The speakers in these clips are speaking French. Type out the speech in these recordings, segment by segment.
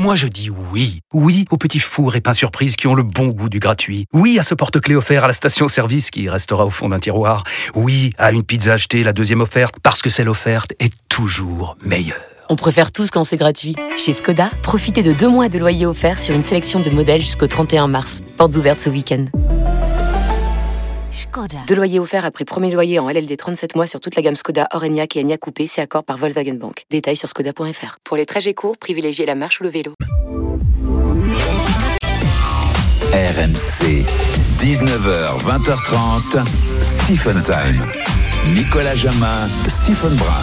Moi je dis oui. Oui aux petits fours et pains surprises qui ont le bon goût du gratuit. Oui à ce porte-clés offert à la station-service qui restera au fond d'un tiroir. Oui à une pizza achetée, la deuxième offerte, parce que celle offerte est toujours meilleure. On préfère tous quand c'est gratuit. Chez Skoda, profitez de 2 mois de loyer offert sur une sélection de modèles jusqu'au 31 mars. Portes ouvertes ce week-end. 2 loyers offerts après premier loyer en LLD 37 mois sur toute la gamme Skoda, Orenia et Enyaq Coupé, si accord par Volkswagen Bank. Détails sur skoda.fr. Pour les trajets courts, privilégiez la marche ou le vélo. RMC, 19h, 20h30, Stephen Time. Nicolas Jamin, Stephen Brun.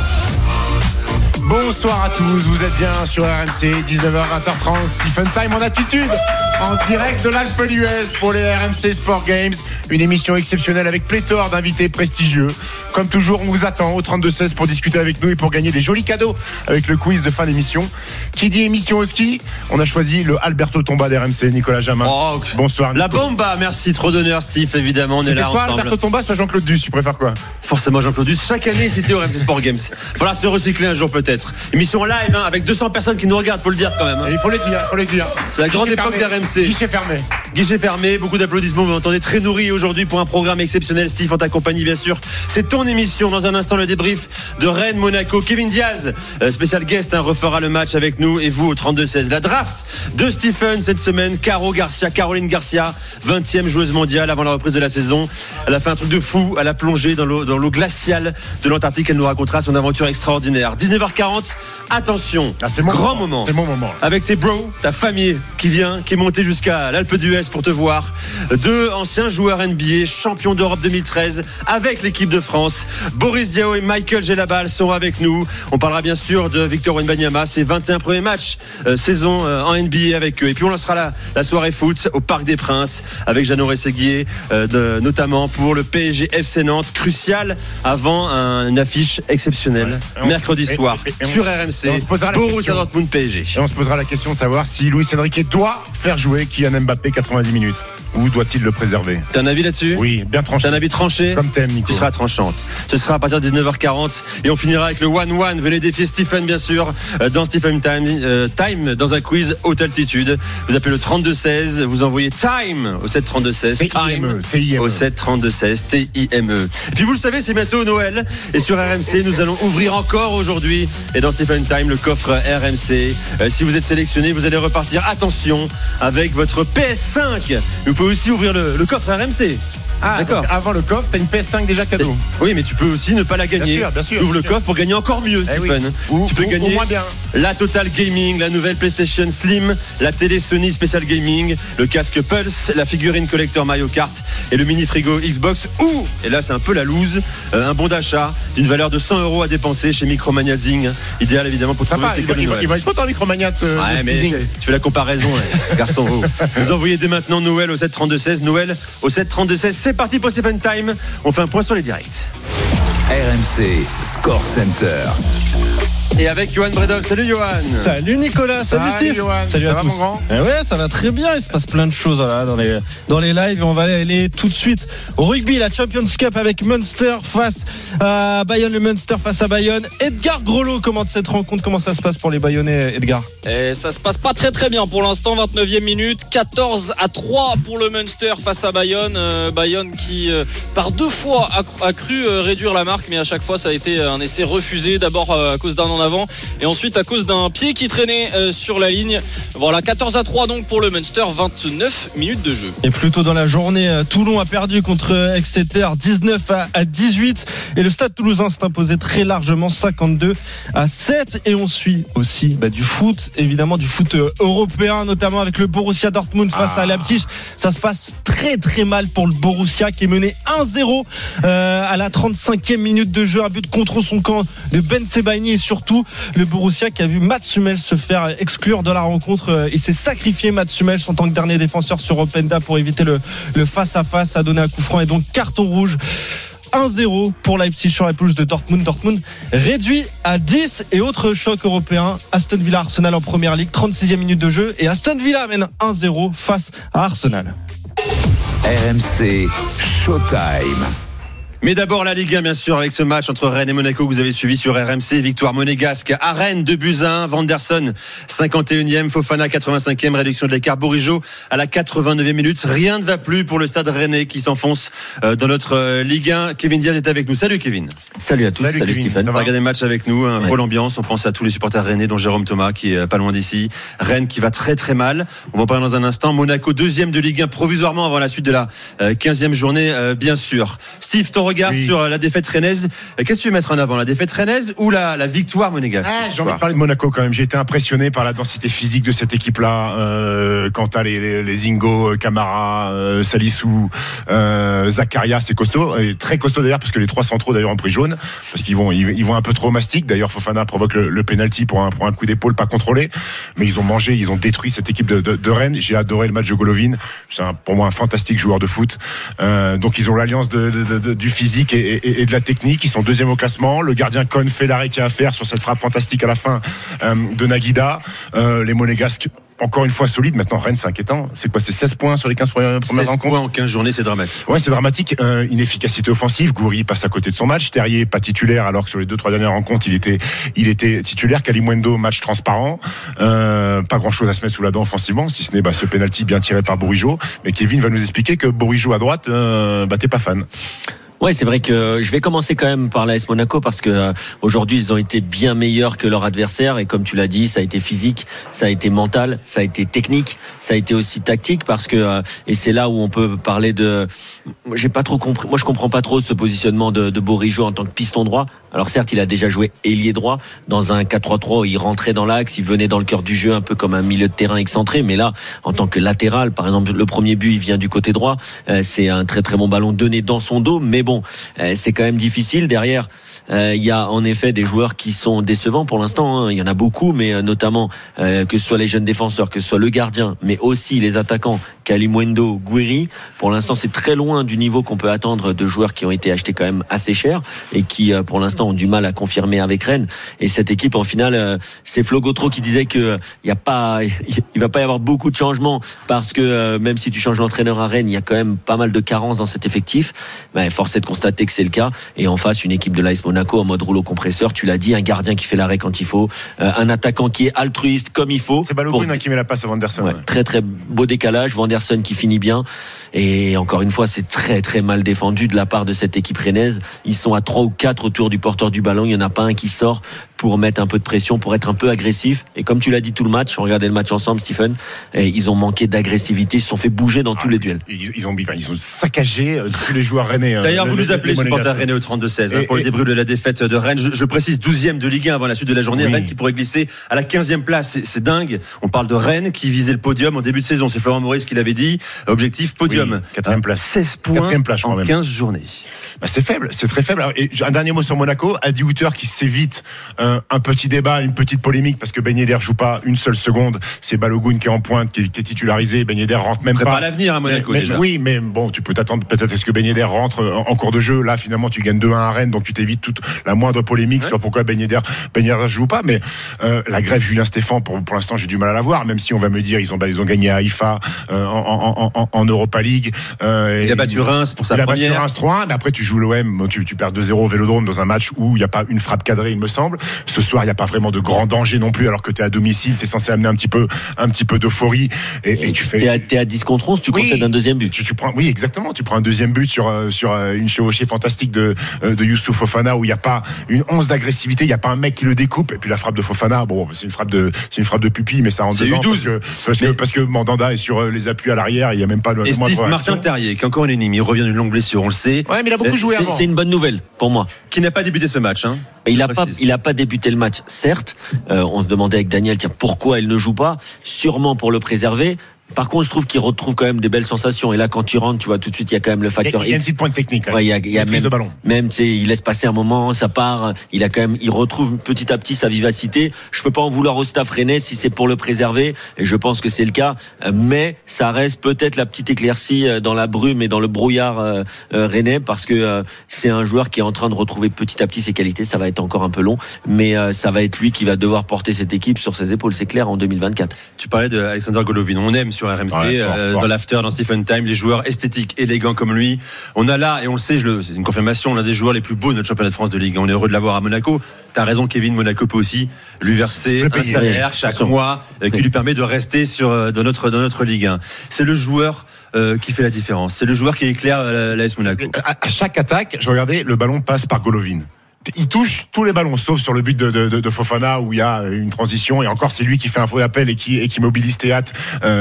Bonsoir à tous, vous êtes bien sur RMC, 19h, 20h30, Stephen Time en attitude, en direct de l'Alpe d'Huez pour les RMC Sport Games. Une émission exceptionnelle avec pléthore d'invités prestigieux. Comme toujours, on vous attend au 32-16 pour discuter avec nous et pour gagner des jolis cadeaux avec le quiz de fin d'émission. Qui dit émission au ski, on a choisi le Alberto Tomba d'RMC, Nicolas Jamin. Oh, bonsoir Nico. La bomba, merci, trop d'honneur Steve, évidemment, on est là soit ensemble. Alberto Tomba, soit Jean-Claude Duss, tu préfères quoi? Forcément Jean-Claude Duss, chaque année c'était au RMC Sport Games. Voilà, se recycler un jour peut-être. Émission live, hein, avec 200 personnes qui nous regardent, faut le dire quand même. Hein. Il faut le dire. C'est la grande époque d'RMC. Guichet fermé, beaucoup d'applaudissements, vous m'entendez, très nourri aujourd'hui pour un programme exceptionnel. Steve, en ta compagnie bien sûr. C'est ton émission, dans un instant le débrief de Rennes-Monaco. Kevin Diaz, spécial guest, refera le match avec nous et vous au 32-16. La draft de Stephen cette semaine, Caroline Garcia, 20e joueuse mondiale avant la reprise de la saison. Elle a fait un truc de fou, elle a plongé dans l'eau glaciale de l'Antarctique. Elle nous racontera son aventure extraordinaire. 19h40, attention, c'est mon grand moment. C'est mon moment. Avec tes bros, ta famille qui est montée jusqu'à l'Alpe d'Huez pour te voir. 2 anciens joueurs NBA, champions d'Europe 2013 avec l'équipe de France. Boris Diaw et Michael Gelabal sont avec nous. On parlera bien sûr de Victor Wembanyama, ses 21 premiers matchs saison en NBA avec eux. Et puis on lancera la soirée foot au Parc des Princes avec Jeannot Rességuier, notamment pour le PSG FC Nantes, crucial avant une affiche exceptionnelle mercredi soir sur RMC. Borussia Dortmund PSG. Et on se posera la question de savoir si Luis Enrique doit faire jouer Kylian Mbappé 90 minutes ou doit-il le préserver. T'as un avis là-dessus? Oui, bien tranché. T'as un avis tranché? Comme t'aimes, Nico. Tu seras tranchante. Ce sera à partir de 19h40 et on finira avec le 1-1. Venez défier Stephen bien sûr dans Stephen Time dans un quiz haute altitude. Vous appelez le 32-16, vous envoyez Time au 732-16. Time au 732-16. TIME. Et puis vous le savez, c'est bientôt Noël et sur RMC nous allons ouvrir encore aujourd'hui et dans Stephen Time le coffre RMC. Si vous êtes sélectionné, vous allez repartir, attention, avec votre PS5. Vous pouvez aussi ouvrir le coffre RMC. D'accord. Avant le coffre, t'as une PS5 déjà cadeau. Oui, mais tu peux aussi ne pas la gagner. Bien sûr. Tu ouvres le coffre pour gagner encore mieux, Stephen. Oui. Tu peux gagner moins bien. la Total Gaming, la nouvelle PlayStation Slim, la télé Sony Special Gaming, le casque Pulse, la figurine collector Mario Kart et le mini frigo Xbox. Ou, et là c'est un peu la loose, un bon d'achat d'une valeur de 100 € à dépenser chez Micromania Zing. Idéal évidemment pour trouver ses cadeaux. Il va être content Micromania de ce mais tu fais la comparaison, garçon. Vous envoyez dès maintenant Noël au 732-16. Noël au 732-16. C'est parti pour Stephen Time. On fait un point sur les directs. RMC Score Center. Et avec Johan Bredov. Salut Johan. Salut Nicolas. Salut Steve. Johan. Salut ça à va tous. mon grand? Ouais, ça va très bien. Il se passe plein de choses là, dans les lives. Et on va aller tout de suite au rugby, la Champions Cup avec Munster face à Bayonne. Le Munster face à Bayonne. Edgar Groslo commente cette rencontre. Comment ça se passe pour les Bayonnais, Edgar? Et ça se passe pas très bien pour l'instant. 29e minute, 14-3 pour le Munster face à Bayonne. Bayonne qui par 2 fois a cru réduire la marque, mais à chaque fois ça a été un essai refusé. D'abord à cause d'un en avant et ensuite à cause d'un pied qui traînait sur la ligne. Voilà, 14-3 donc pour le Munster, 29 minutes de jeu. Et plus tôt dans la journée, Toulon a perdu contre Exeter 19-18 et le Stade Toulousain s'est imposé très largement 52-7. Et on suit aussi du foot, évidemment du foot européen, notamment avec le Borussia Dortmund face à Leipzig. Ça se passe très très mal pour le Borussia qui est mené 1-0 à la 35e minute de jeu, un but contre son camp de Ben Sebaini et surtout le Borussia qui a vu Mats Hummels se faire exclure de la rencontre. Il s'est sacrifié, Mats Hummels, en tant que dernier défenseur sur Openda pour éviter le face-à-face, a donné un coup franc et donc carton rouge. 1-0 pour Leipzig sur la pelouse de Dortmund. Dortmund réduit à 10. Et autre choc européen, Aston Villa Arsenal en première ligue, 36e minute de jeu et Aston Villa mène 1-0 face à Arsenal. RMC Showtime. Mais d'abord la Ligue 1 bien sûr avec ce match entre Rennes et Monaco que vous avez suivi sur RMC. Victoire monégasque à Rennes 2-1. Vanderson 51e, Fofana 85e, réduction de l'écart. Bourigeaud à la 89e minute. Rien ne va plus pour le Stade Rennais qui s'enfonce dans notre Ligue 1. Kevin Diaz est avec nous. Salut Kevin. Salut à tous. Salut Stéphane. On va regarder le match avec nous. Drôle ambiance. On pense à tous les supporters rennais dont Jérôme Thomas qui est pas loin d'ici. Rennes qui va très très mal. On va en parler dans un instant. Monaco 2e de Ligue 1 provisoirement avant la suite de la 15e journée bien sûr. Steve, ton regard sur la défaite rennaise. Qu'est-ce que tu veux mettre en avant, la défaite rennaise ou la victoire monégasque? J'ai envie de parler de Monaco quand même. J'ai été impressionné par la densité physique de cette équipe-là. Quand t'as les Zingo, Camara, Salissou, Zakaria, c'est costaud, et très costaud d'ailleurs parce que les 3 centraux d'ailleurs ont pris jaune parce qu'ils vont un peu trop au mastic. D'ailleurs, Fofana provoque le penalty pour un coup d'épaule pas contrôlé. Mais ils ont détruit cette équipe de Rennes. J'ai adoré le match de Golovin. C'est pour moi un fantastique joueur de foot. Donc ils ont l'alliance du physique et de la technique. Ils sont 2e au classement. Le gardien Cohn fait l'arrêt qu'il y a à faire sur cette frappe fantastique à la fin de Naguida. Les Monégasques encore une fois solide. Maintenant Rennes, c'est inquiétant. C'est quoi? C'est 16 points sur les 15 premières rencontres. 16 points en 15 journées, c'est dramatique. Ouais, c'est dramatique. Inefficacité offensive. Goury passe à côté de son match. Terrier pas titulaire alors que sur les 2-3 dernières rencontres il était titulaire. Kalimuendo, match transparent. Pas grand chose à se mettre sous la dent offensivement, si ce n'est ce penalty bien tiré par Bourigeaud. Mais Kevin va nous expliquer que Bourigeaud à droite, t'es pas fan. Ouais, c'est vrai que je vais commencer quand même par l'AS Monaco parce que aujourd'hui ils ont été bien meilleurs que leur adversaire et comme tu l'as dit, ça a été physique, ça a été mental, ça a été technique, ça a été aussi tactique parce que et c'est là où on peut parler de. J'ai pas trop compris. Moi, je comprends pas trop ce positionnement de Bourigeaud en tant que piston droit. Alors certes, il a déjà joué ailier droit dans un 4-3-3 où il rentrait dans l'axe, il venait dans le cœur du jeu un peu comme un milieu de terrain excentré, mais là en tant que latéral, par exemple le premier but il vient du côté droit, c'est un très très bon ballon donné dans son dos, mais bon, c'est quand même difficile derrière. Il y a en effet des joueurs qui sont décevants pour l'instant, il y en a beaucoup, mais notamment que ce soit les jeunes défenseurs, que ce soit le gardien, mais aussi les attaquants Kalimuendo, Gouiri. Pour l'instant, c'est très loin du niveau qu'on peut attendre de joueurs qui ont été achetés quand même assez cher et qui, pour l'instant, ont du mal à confirmer avec Rennes. Et cette équipe, en finale, c'est Flo Gautreau qui disait que il va pas y avoir beaucoup de changements parce que même si tu changes l'entraîneur à Rennes, il y a quand même pas mal de carences dans cet effectif. Force est de constater que c'est le cas. Et en face, une équipe de l'AS Monaco en mode rouleau compresseur. Tu l'as dit, un gardien qui fait l'arrêt quand il faut, un attaquant qui est altruiste comme il faut. C'est Balogun qui met la passe à Vanderson. Ouais. Très très beau décalage. Vanderson qui finit bien. Et encore une fois, c'est très très mal défendu de la part de cette équipe rennaise. Ils sont à 3 ou 4 autour du porteur du ballon. Il n'y en a pas un qui sort pour mettre un peu de pression, pour être un peu agressif. Et comme tu l'as dit tout le match, on regardait le match ensemble, Stephen, et ils ont manqué d'agressivité, ils se sont fait bouger dans tous les duels. Ils ont saccagé tous les joueurs rennais. D'ailleurs, vous nous appelez supporters rennais au 32-16 pour le débrief de la défaite de Rennes. Je précise 12e de Ligue 1 avant la suite de la journée. Oui. Rennes qui pourrait glisser à la 15e place. C'est dingue. On parle de Rennes qui visait le podium en début de saison. C'est Florent Maurice qui l'avait dit. Objectif podium. Oui, 4e place. 16 points en 15 journées. C'est faible, c'est très faible. Et un dernier mot sur Monaco. Adi Hütter qui s'évite un petit débat, une petite polémique parce que Ben Yedder joue pas une seule seconde. C'est Balogun qui est en pointe, qui est titularisé. Ben Yedder rentre même pas. À l'avenir à Monaco déjà. Oui, mais bon, tu peux t'attendre peut-être à ce que Ben Yedder rentre en cours de jeu. Là, finalement, tu gagnes 2-1 à Rennes, donc tu t'évites toute la moindre polémique sur pourquoi Ben Yedder joue pas. Mais la grève Julien Stéphan, pour l'instant, j'ai du mal à la voir. Même si on va me dire ils ont gagné à Haïfa en Europa League. Il a battu Reims pour sa première. Il a battu Reims 3-1, mais après tu joues l'OM, tu perds 2-0 au Vélodrome dans un match où il n'y a pas une frappe cadrée, il me semble. Ce soir, il n'y a pas vraiment de grand danger non plus, alors que tu es à domicile, tu es censé amener un petit peu d'euphorie. Et tu fais. T'es à 10 contre 11, tu concèdes un deuxième but. Tu prends, oui, exactement. Tu prends un deuxième but sur une chevauchée fantastique de Youssouf Fofana où il n'y a pas une once d'agressivité, il n'y a pas un mec qui le découpe. Et puis la frappe de Fofana, bon, c'est une frappe de pupille, mais ça rentre dedans. Parce que Mandanda est sur les appuis à l'arrière, il n'y a même pas le moindre. Martin Terrier, qui est encore un ennemi, il revient d'une longue blessure, on le sait. Ouais, mais il a beaucoup joué avant. C'est une bonne nouvelle pour moi. Qui n'a pas débuté ce match, hein. Il a pas débuté le match, certes. On se demandait avec Daniel, pourquoi il ne joue pas? Sûrement pour le préserver. Par contre, je trouve qu'il retrouve quand même des belles sensations. Et là, quand tu rentres, tu vois tout de suite, il y a quand même le facteur. Il y a une petite pointe technique. Ouais, il y a même de ballon. Même, tu sais, il laisse passer un moment, ça part. Il retrouve petit à petit sa vivacité. Je peux pas en vouloir au staff rennais si c'est pour le préserver. Et je pense que c'est le cas. Mais ça reste peut-être la petite éclaircie dans la brume et dans le brouillard rennais parce que c'est un joueur qui est en train de retrouver petit à petit ses qualités. Ça va être encore un peu long, mais ça va être lui qui va devoir porter cette équipe sur ses épaules. C'est clair en 2024. Tu parlais de Alexander Golovin. On aime sur RMC, fort. dans l'after, dans Stephen Time, les joueurs esthétiques, élégants comme lui. On a là, et on le sait, c'est une confirmation, on a des joueurs les plus beaux de notre championnat de France de Ligue 1. On est heureux de l'avoir à Monaco. T'as raison, Kevin, Monaco peut aussi lui verser un salaire chaque mois qui lui permet de rester dans notre Ligue 1. C'est le joueur qui fait la différence. C'est le joueur qui éclaire l'AS Monaco. À chaque attaque, je regardais, le ballon passe par Golovin. Il touche tous les ballons, sauf sur le but de Fofana où il y a une transition, et encore c'est lui qui fait un faux appel et qui mobilise Théâtre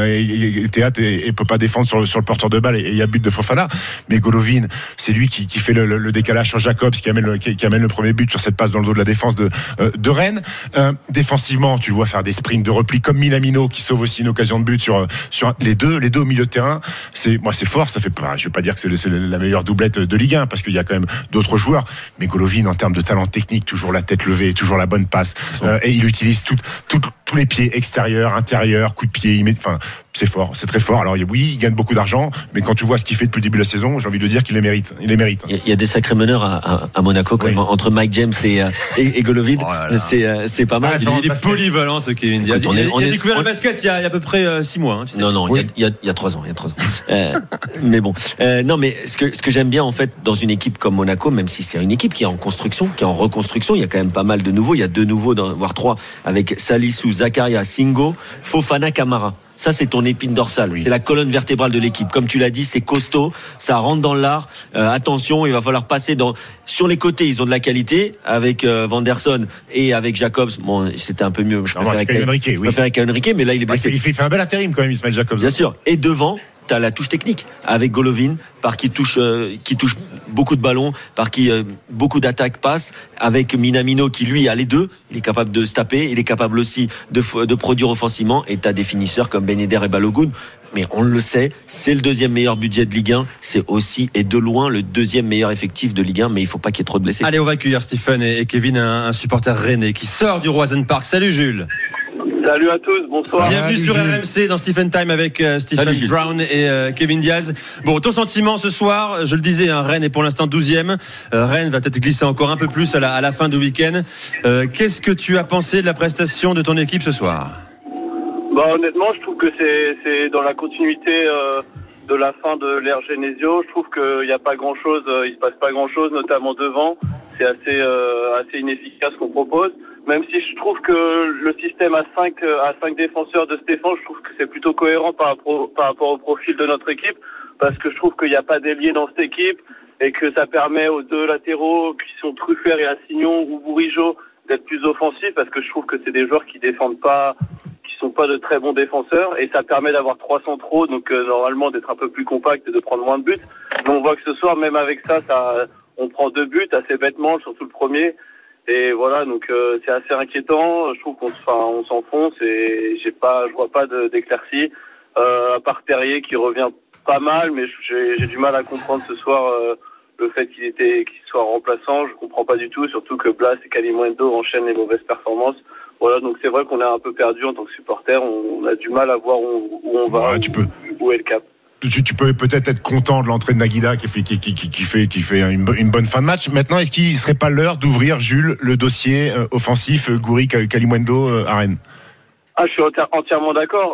et peut pas défendre sur le porteur de balle, et il y a but de Fofana. Mais Golovin, c'est lui qui fait le décalage sur Jacobs, qui amène le premier but sur cette passe dans le dos de la défense de Rennes. Défensivement, tu le vois faire des sprints de repli comme Minamino, qui sauve aussi une occasion de but sur les deux au milieu de terrain. C'est fort. Ça fait pas, je veux pas dire que c'est la meilleure doublette de Ligue 1, parce qu'il y a quand même d'autres joueurs, mais Golovin, en termes de talent technique, toujours la tête levée, toujours la bonne passe, et il utilise tous les pieds, extérieurs, intérieurs, coup de pied, c'est fort, c'est très fort. Alors oui, il gagne beaucoup d'argent, mais quand tu vois ce qu'il fait depuis le début de la saison, j'ai envie de dire qu'il les mérite. Il les mérite. Il y a des sacrés meneurs à Monaco, quand même, entre Mike James et Golovin. C'est pas mal. Il est polyvalent, ce Kevin Diaz. Il a découvert le basket il y a à peu près 6 mois. Tu sais. Non, il y a 3 ans. Mais bon, non, mais ce que j'aime bien en fait dans une équipe comme Monaco, même si c'est une équipe qui est en construction, qui est en reconstruction, il y a quand même pas mal de nouveaux. Il y a 2 nouveaux, voire 3, avec Salissou, Zakaria, Singo, Fofana, Camara. Ça, c'est ton épine dorsale. Oui. C'est la colonne vertébrale de l'équipe. Comme tu l'as dit, c'est costaud. Ça rentre dans l'art. Attention, il va falloir passer sur les côtés. Ils ont de la qualité avec Vanderson et avec Jacobs. Bon, c'était un peu mieux. Je préfère avec Henrique, mais là, il est blessé. Il fait un bel intérim quand même, Ismaël Jacobs. Bien sûr. Et devant, t'as la touche technique avec Golovin, par qui touche beaucoup de ballons, par qui beaucoup d'attaques passent, avec Minamino qui lui a les deux, il est capable de se taper, il est capable aussi de produire offensivement, et t'as des finisseurs comme Ben Yedder et Balogun. Mais on le sait, c'est le 2e meilleur budget de Ligue 1, c'est aussi et de loin le 2e meilleur effectif de Ligue 1, mais il faut pas qu'il y ait trop de blessés. Allez, on va accueillir Stephen et Kevin, un supporter rennais qui sort du Roison Park. Salut Jules. Salut à tous, bonsoir. Bienvenue sur RMC dans Stephen Time avec Stephen Brown et Kevin Diaz. Bon, ton sentiment ce soir, je le disais, Rennes est pour l'instant 12e. Rennes va peut-être glisser encore un peu plus à la fin du week-end. Qu'est-ce que tu as pensé de la prestation de ton équipe ce soir ? Honnêtement, je trouve que c'est dans la continuité de la fin de l'ère Genesio. Je trouve qu'il n'y a pas grand-chose, il se passe pas grand-chose, notamment devant. C'est assez inefficace ce qu'on propose. Même si je trouve que le système à 5 défenseurs de Stéphane, je trouve que c'est plutôt cohérent par rapport au profil de notre équipe, parce que je trouve qu'il n'y a pas d'ailier dans cette équipe et que ça permet aux 2 latéraux qui sont Truffert et Assignon ou Bourigeaud d'être plus offensifs, parce que je trouve que c'est des joueurs qui défendent pas, qui sont pas de très bons défenseurs, et ça permet d'avoir 3 centraux, donc normalement d'être un peu plus compact et de prendre moins de buts. Mais on voit que ce soir, même avec ça, on prend 2 buts assez bêtement, surtout le premier. Et voilà, donc c'est assez inquiétant. Je trouve qu'on s'enfonce et je vois pas d'éclaircie. À part Terrier qui revient pas mal, mais j'ai du mal à comprendre ce soir le fait qu'il soit remplaçant. Je comprends pas du tout, surtout que Blas et Kalimundo enchaînent les mauvaises performances. Voilà, donc c'est vrai qu'on est un peu perdu en tant que supporter. On a du mal à voir où on va, où est le cap. Tu peux peut-être être content de l'entrée de Naguida qui fait une bonne fin de match. Maintenant, est-ce qu'il serait pas l'heure d'ouvrir, Jules, le dossier offensif Gouiri Kalimundo à Rennes ? Je suis entièrement d'accord.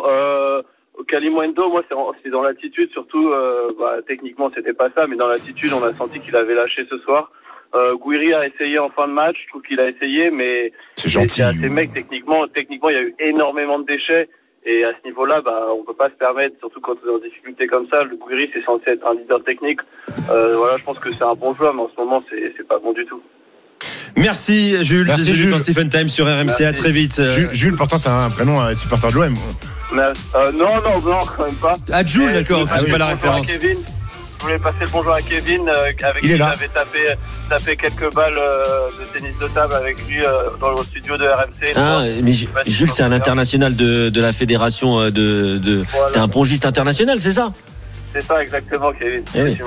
Kalimundo, moi, c'est dans l'attitude, surtout. Techniquement, c'était pas ça, mais dans l'attitude, on a senti qu'il avait lâché ce soir. Gouiri a essayé en fin de match. Je trouve qu'il a essayé, mais c'est gentil. Ces mecs, techniquement, il y a eu énormément de déchets. Et à ce niveau-là, on peut pas se permettre, surtout quand on est en difficulté comme ça. Le Gouiri, c'est censé être un leader technique. Je pense que c'est un bon joueur, mais en ce moment, c'est pas bon du tout. Merci Jules. Merci Jules. Dans Stephen Time sur RMC. Merci. À très vite. Jules, pourtant, c'est un prénom à être supporter de l'OM. Non, quand même pas. Jules, d'accord. Je sais pas la référence. Je voulais passer le bonjour à Kevin, avec qui j'avais tapé quelques balles de tennis de table avec lui dans le studio de RMC. Mais Jules, c'est un international de la fédération voilà. T'es un pongiste international, c'est ça ? C'est ça exactement, Kevin.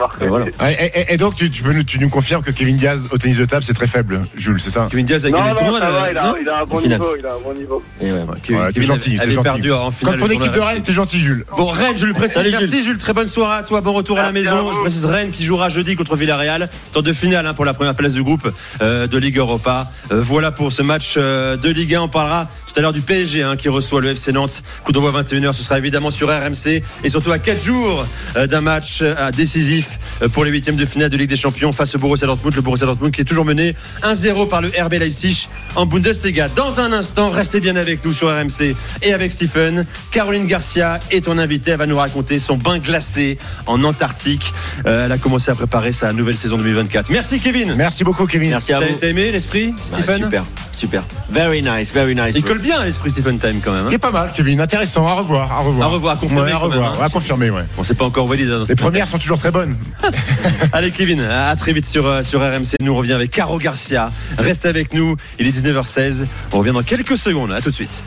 Et donc tu nous confirmes que Kevin Diaz au tennis de table c'est très faible, Jules, c'est ça ? Kevin Diaz a gagné le tournoi. Il a un bon niveau. T'es gentil. Elle est perdue en finale. Comme ton équipe de Rennes, t'es gentil, Jules. Bon, Rennes, je le précise. Merci Jules, très bonne soirée à toi, bon retour à la maison. Je précise Rennes qui jouera jeudi contre Villarreal, sorte de finale pour la première place du groupe de Ligue Europa. Voilà pour ce match de Ligue 1. On parlera tout à l'heure du PSG qui reçoit le FC Nantes. Coup d'envoi 21h, ce sera évidemment sur RMC et surtout à 4 jours d'un match décisif pour les 8e de finale de Ligue des Champions face au Borussia Dortmund. Le Borussia Dortmund qui est toujours mené 1-0 par le RB Leipzig en Bundesliga. Dans un instant, restez bien avec nous sur RMC et avec Stephen. Caroline Garcia est ton invitée. Elle va nous raconter son bain glacé en Antarctique. Elle a commencé à préparer sa nouvelle saison 2024. Merci Kevin. Merci beaucoup Kevin. Merci à vous. T'as aimé l'esprit, Stephen? Super. Very nice. Il colle bien à l'esprit Stephen Time quand même. Il est pas mal Kevin, intéressant, à revoir. À confirmer. À confirmer, ouais. On sait pas encore valide. Les premières sont toujours très bonnes. Allez Kevin, à très vite sur RMC. Nous on revient avec Caro Garcia. Reste avec nous, il est 19h16. On revient dans quelques secondes, à tout de suite.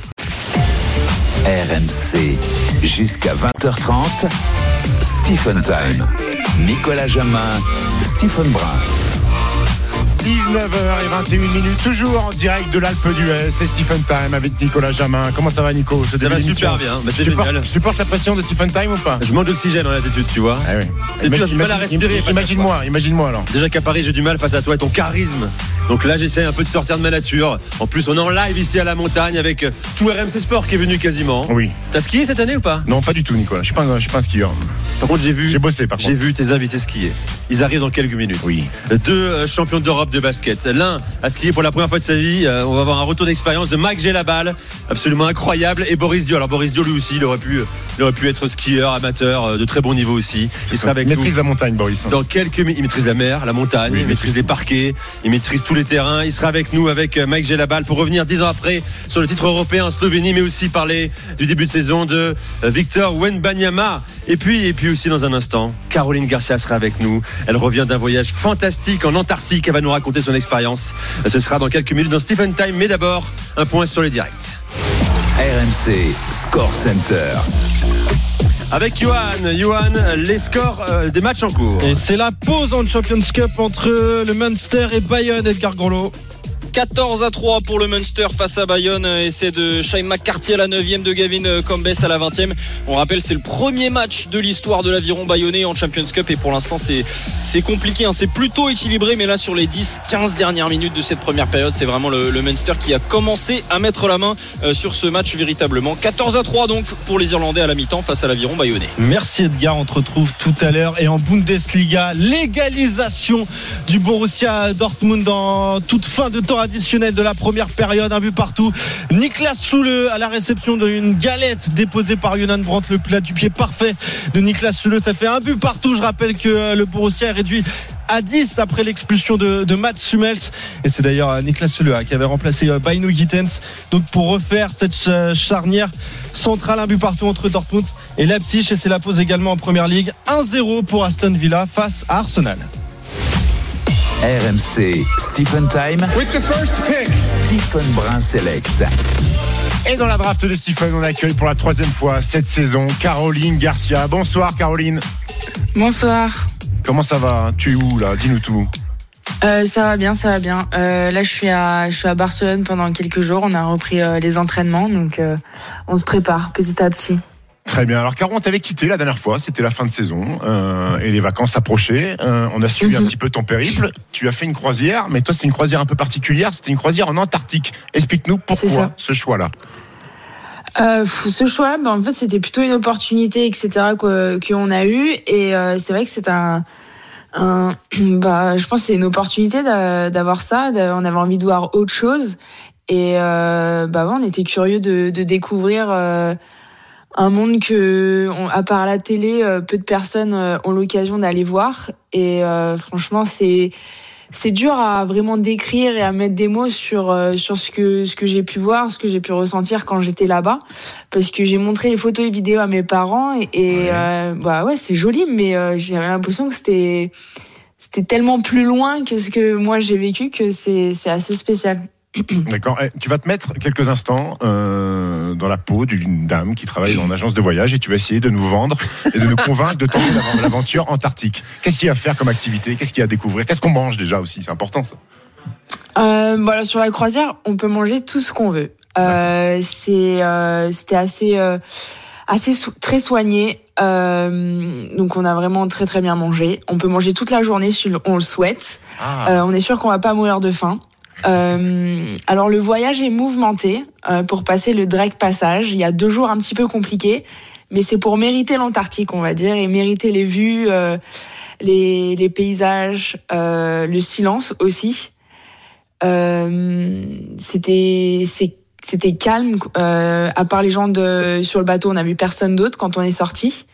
RMC jusqu'à 20h30. Stephen Time. Nicolas Jamin, Stephen Brun. 19h21, toujours en direct de l'Alpe d'Huez. C'est Stephen Time avec Nicolas Jamin. Comment ça va Nico? Ça va super bien, c'est génial. Tu supportes la pression de Stephen Time ou pas? Je manque d'oxygène en attitude, tu vois. Ah oui. C'est dur, j'ai du mal à respirer. Imagine-moi alors. Déjà qu'à Paris j'ai du mal face à toi et ton charisme. Donc là j'essaie un peu de sortir de ma nature. En plus on est en live ici à la montagne avec tout RMC Sport qui est venu quasiment. Oui. T'as skié cette année ou pas? Non, pas du tout Nicolas, je suis pas un skieur. Par contre j'ai bossé par contre. J'ai vu tes invités skier. Ils arrivent dans quelques minutes. Oui. 2 champions d'Europe de basket. L'un a skié pour la première fois de sa vie. On va avoir un retour d'expérience de Mike Gelabal, absolument incroyable, et Boris Dio. Alors Boris Dio lui aussi, il aurait pu être skieur amateur de très bon niveau aussi. Il sera avec nous. Il maîtrise la montagne Boris. Dans quelques minutes, il maîtrise la mer, la montagne, il maîtrise les parquets, il maîtrise tous les terrains. Il sera avec nous avec Mike Gelabal pour revenir 10 ans après sur le titre européen en Slovénie, mais aussi parler du début de saison de Victor Wembanyama. Et puis aussi dans un instant, Caroline Garcia sera avec nous. Elle revient d'un voyage fantastique en Antarctique. Elle va nous raconter son expérience. Ce sera dans quelques minutes dans Stephen Time. Mais d'abord, un point sur les directs. RMC Score Center. Avec Johan, les scores des matchs en cours. Et c'est la pause en Champions Cup entre le Munster et Bayonne, Edgar Groslo. 14-3 pour le Munster face à Bayonne. Essai de Shane McCarthy à la 9e, de Gavin Combes à la 20e. On rappelle, c'est le premier match de l'histoire de l'aviron bayonnais en Champions Cup. Et pour l'instant, c'est compliqué. C'est plutôt équilibré. Mais là, sur les 10-15 dernières minutes de cette première période, c'est vraiment le Munster qui a commencé à mettre la main sur ce match véritablement. 14-3 donc pour les Irlandais à la mi-temps face à l'aviron bayonnais. Merci Edgar, on te retrouve tout à l'heure. Et en Bundesliga, l'égalisation du Borussia Dortmund en toute fin de temps additionnel de la première période, un but partout. Niklas Süle à la réception d'une galette déposée par Jonan Brandt, le plat du pied parfait de Niklas Süle. Ça fait un but partout. Je rappelle que le Borussia est réduit à 10 après l'expulsion de Mats Hummels, et c'est d'ailleurs Niklas Süle qui avait remplacé Bainu Gittens. Donc pour refaire cette charnière centrale, un but partout entre Dortmund et Leipzig, et c'est la pause également en Première Ligue. 1-0 pour Aston Villa face à Arsenal. RMC Stephen Time with the first pick. Stephen Brun Select. Et dans la draft de Stephen, on accueille pour la 3e fois cette saison Caroline Garcia. Bonsoir Caroline. Bonsoir. Comment ça va? Tu es où là? Dis-nous tout. Ça va bien. Là, je suis à Barcelone pendant quelques jours. On a repris les entraînements, donc on se prépare petit à petit. Très bien. Alors Caro, on t'avait quitté la dernière fois, c'était la fin de saison et les vacances approchaient. On a suivi un petit peu ton périple. Tu as fait une croisière, mais toi c'est une croisière un peu particulière. C'était une croisière en Antarctique. Explique-nous pourquoi ce choix-là. Ce choix-là, en fait, c'était plutôt une opportunité, etc. qu'on a eu, et c'est vrai que c'est je pense que c'est une opportunité d'avoir ça. On avait envie de voir autre chose, et on était curieux de découvrir un monde à part la télé, peu de personnes ont l'occasion d'aller voir. Et franchement, c'est dur à vraiment décrire et à mettre des mots sur ce que j'ai pu voir, ce que j'ai pu ressentir quand j'étais là-bas, parce que j'ai montré les photos et vidéos à mes parents, et c'est joli, mais j'avais l'impression que c'était tellement plus loin que ce que moi j'ai vécu, que c'est assez spécial. D'accord. Tu vas te mettre quelques instants dans la peau d'une dame qui travaille dans une agence de voyage, et tu vas essayer de nous vendre et de nous convaincre de tenter l'aventure antarctique. Qu'est-ce qu'il y a à faire comme activité? Qu'est-ce qu'il y a à découvrir? Qu'est-ce qu'on mange déjà aussi? C'est important ça. Sur la croisière, on peut manger tout ce qu'on veut. C'était très soigné. Donc on a vraiment très très bien mangé. On peut manger toute la journée si on le souhaite. On est sûr qu'on va pas mourir de faim. Alors le voyage est mouvementé pour passer le Drake Passage. Il y a 2 jours un petit peu compliqués, mais c'est pour mériter l'Antarctique, on va dire, et mériter les vues, les paysages, le silence aussi. C'était calme. À part les gens sur le bateau, on n'a vu personne d'autre quand on est sorti.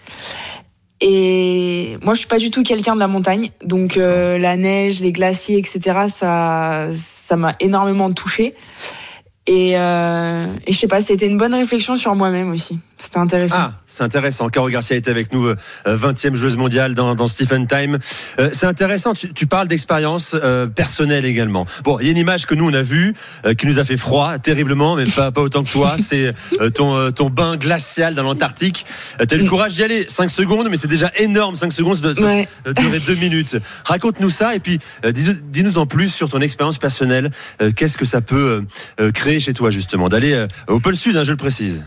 Et moi, je suis pas du tout quelqu'un de la montagne, donc la neige, les glaciers, etc. Ça m'a énormément touchée. Et je sais pas, c'était une bonne réflexion sur moi-même aussi. C'était intéressant. Ah, c'est intéressant. Caro Garcia était avec nous, 20e joueuse mondiale dans Stephen Time. C'est intéressant. Tu parles d'expérience personnelle également. Bon, il y a une image que nous on a vue qui nous a fait froid terriblement, mais pas autant que toi. C'est ton bain glacial dans l'Antarctique. T'as eu le courage d'y aller 5 secondes, mais c'est déjà énorme. 5 secondes, ça doit durer 2 minutes. Raconte-nous ça et puis dis-nous en plus sur ton expérience personnelle. Qu'est-ce que ça peut créer chez toi justement d'aller au pôle Sud, je le précise.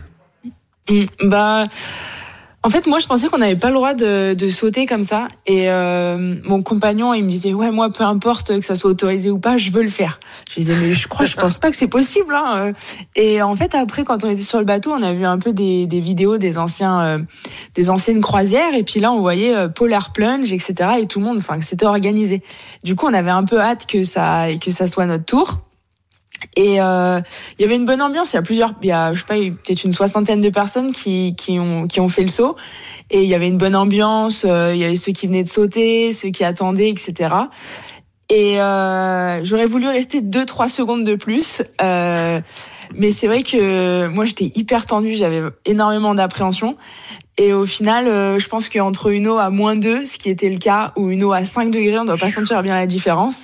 En fait, moi, je pensais qu'on n'avait pas le droit de sauter comme ça. Et mon compagnon, il me disait, ouais, moi, peu importe que ça soit autorisé ou pas, je veux le faire. Je disais, mais je pense pas que c'est possible. Hein. Et en fait, après, quand on était sur le bateau, on a vu un peu des vidéos des anciennes croisières. Et puis là, on voyait Polar Plunge, etc. Et tout le monde, que c'était organisé. Du coup, on avait un peu hâte que ça soit notre tour. Et il y avait une bonne ambiance. Il y a je sais pas, peut-être une 60aine de personnes qui ont fait le saut. Et il y avait une bonne ambiance. Il y avait ceux qui venaient de sauter, ceux qui attendaient, etc. Et j'aurais voulu rester 2-3 secondes de plus. Mais c'est vrai que moi j'étais hyper tendue. J'avais énormément d'appréhension. Et au final, je pense qu'entre une eau à -2, ce qui était le cas, ou une eau à 5 degrés, on ne doit pas sentir bien la différence.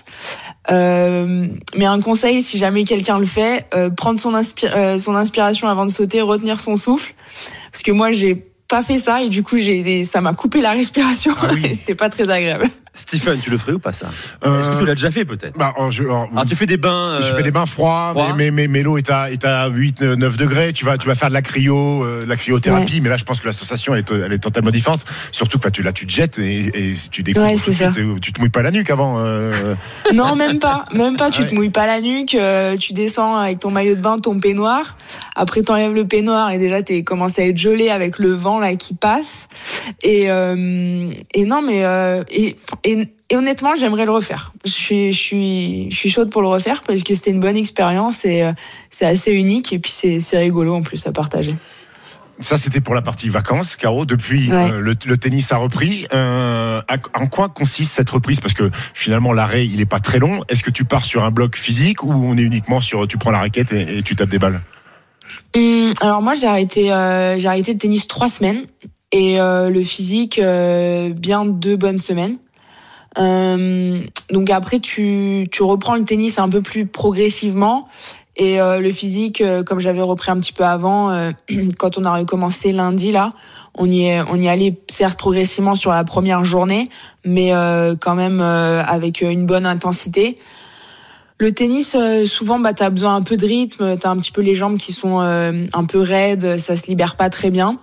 Mais un conseil, si jamais quelqu'un le fait, prendre son inspiration avant de sauter, retenir son souffle. Parce que moi, j'ai pas fait ça et du coup, ça m'a coupé la respiration. Ah oui. Et c'était pas très agréable. Stephen, tu le ferais ou pas ça? Est-ce que tu l'as déjà fait peut-être? Tu fais des bains. Je fais des bains froids, mais l'eau est à 8-9 degrés. Tu vas faire de la cryothérapie, ouais. Mais là je pense que la sensation elle est totalement différente. Surtout que tu te jettes et tu découvres tout de suite, tu te mouilles pas la nuque avant. Non, même pas. Tu te mouilles pas la nuque. Tu descends avec ton maillot de bain, ton peignoir. Après t'enlèves le peignoir et déjà t'es commencé à être gelé avec le vent là qui passe. Et non mais et honnêtement, j'aimerais le refaire. Je suis chaude pour le refaire parce que c'était une bonne expérience et c'est assez unique et puis c'est rigolo en plus à partager. Ça, c'était pour la partie vacances, Caro. Depuis, le tennis a repris. En quoi consiste cette reprise? Parce que finalement, l'arrêt, il est pas très long. Est-ce que tu pars sur un bloc physique ou on est uniquement tu prends la raquette et tu tapes des balles? Alors moi, j'ai arrêté le tennis 3 semaines et le physique bien 2 bonnes semaines. Donc après tu reprends le tennis un peu plus progressivement et le physique comme j'avais repris un petit peu avant quand on a recommencé lundi là, on y est allé certes progressivement sur la première journée mais quand même avec une bonne intensité. Le tennis souvent t'as besoin un peu de rythme, t'as un petit peu les jambes qui sont un peu raides, ça se libère pas très bien.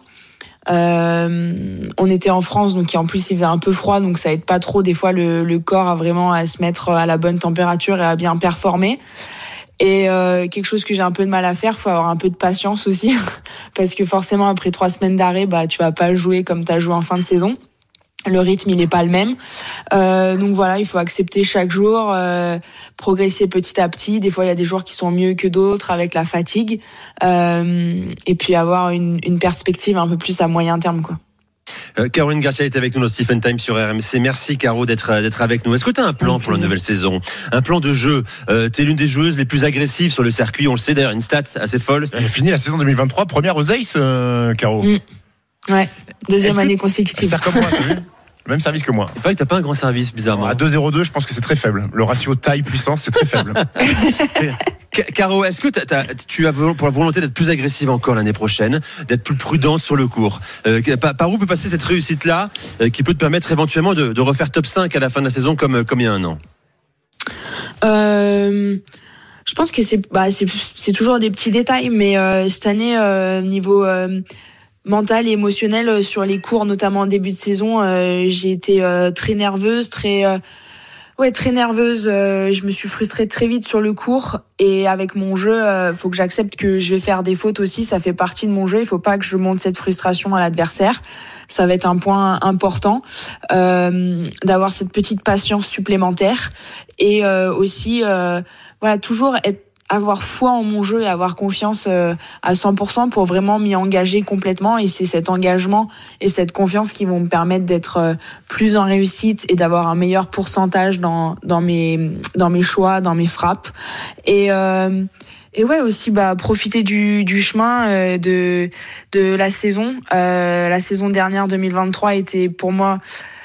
On était en France donc en plus il faisait un peu froid donc ça aide pas trop des fois le corps à vraiment à se mettre à la bonne température et à bien performer et quelque chose que j'ai un peu de mal à faire, faut avoir un peu de patience aussi parce que forcément après 3 semaines d'arrêt tu vas pas jouer comme t'as joué en fin de saison. Le rythme il est pas le même donc voilà, il faut accepter chaque jour, progresser petit à petit. Des fois il y a des jours qui sont mieux que d'autres avec la fatigue et puis avoir une perspective un peu plus à moyen terme quoi. Caroline Garcia est avec nous dans Stephen Time sur RMC. Merci Caro d'être avec nous. Est-ce que tu as un plan pour la nouvelle saison? Un plan de jeu? T'es l'une des joueuses les plus agressives sur le circuit, on le sait d'ailleurs, une stat assez folle. Elle a fini la saison 2023 première aux Ace, Caro. Ouais, 2e année consécutive. C'est comme moi, t'as vu? Même service que moi. Il paraît que t'as pas un grand service, bizarrement. À 2,02, je pense que c'est très faible. Le ratio taille-puissance, c'est très faible. Caro, est-ce que tu as pour la volonté d'être plus agressive encore l'année prochaine, d'être plus prudente sur le court? Par où peut passer cette réussite-là qui peut te permettre éventuellement de refaire top 5 à la fin de la saison comme il y a un an? Je pense que c'est toujours des petits détails, mais cette année, niveau mental et émotionnel sur les cours, notamment en début de saison, j'ai été très nerveuse, très Ouais, très nerveuse. Je me suis frustrée très vite sur le court. Et avec mon jeu, faut que j'accepte que je vais faire des fautes aussi. Ça fait partie de mon jeu. Il faut pas que je montre cette frustration à l'adversaire. Ça va être un point important, d'avoir cette petite patience supplémentaire. Et aussi, toujours avoir foi en mon jeu et avoir confiance à 100% pour vraiment m'y engager complètement. Et c'est cet engagement et cette confiance qui vont me permettre d'être plus en réussite et d'avoir un meilleur pourcentage dans mes choix, dans mes frappes. Et ouais, aussi profiter du chemin de la saison. La saison dernière 2023 était pour moi,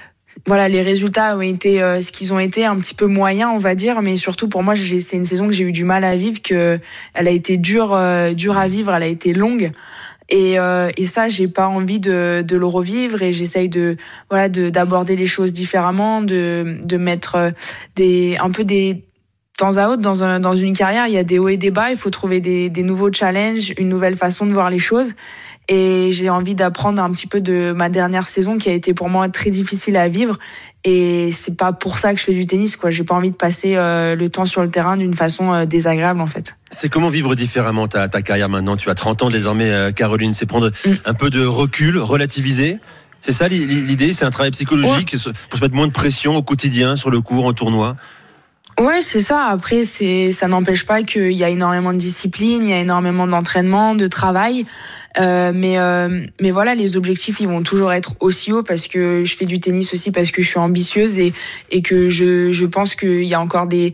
les résultats ont été ce qu'ils ont été, un petit peu moyens, on va dire, mais surtout pour moi, c'est une saison que j'ai eu du mal à vivre, elle a été dure à vivre, elle a été longue. Et ça, j'ai pas envie de le revivre, et j'essaye d'aborder les choses différemment, de mettre un peu des temps à autre dans une carrière. Il y a des hauts et des bas, il faut trouver des nouveaux challenges, une nouvelle façon de voir les choses. Et j'ai envie d'apprendre un petit peu de ma dernière saison qui a été pour moi très difficile à vivre. Et c'est pas pour ça que je fais du tennis, quoi. J'ai pas envie de passer le temps sur le terrain d'une façon désagréable, en fait. C'est comment vivre différemment ta carrière maintenant? Tu as 30 ans désormais, Caroline. C'est prendre un peu de recul, relativiser. C'est ça l'idée? C'est un travail psychologique pour se mettre moins de pression au quotidien, sur le court, en tournoi? Ouais, c'est ça. Après, ça n'empêche pas qu'il y a énormément de discipline, il y a énormément d'entraînement, de travail. Mais voilà, les objectifs, ils vont toujours être aussi hauts, parce que je fais du tennis aussi parce que je suis ambitieuse et que je pense qu'il y a encore des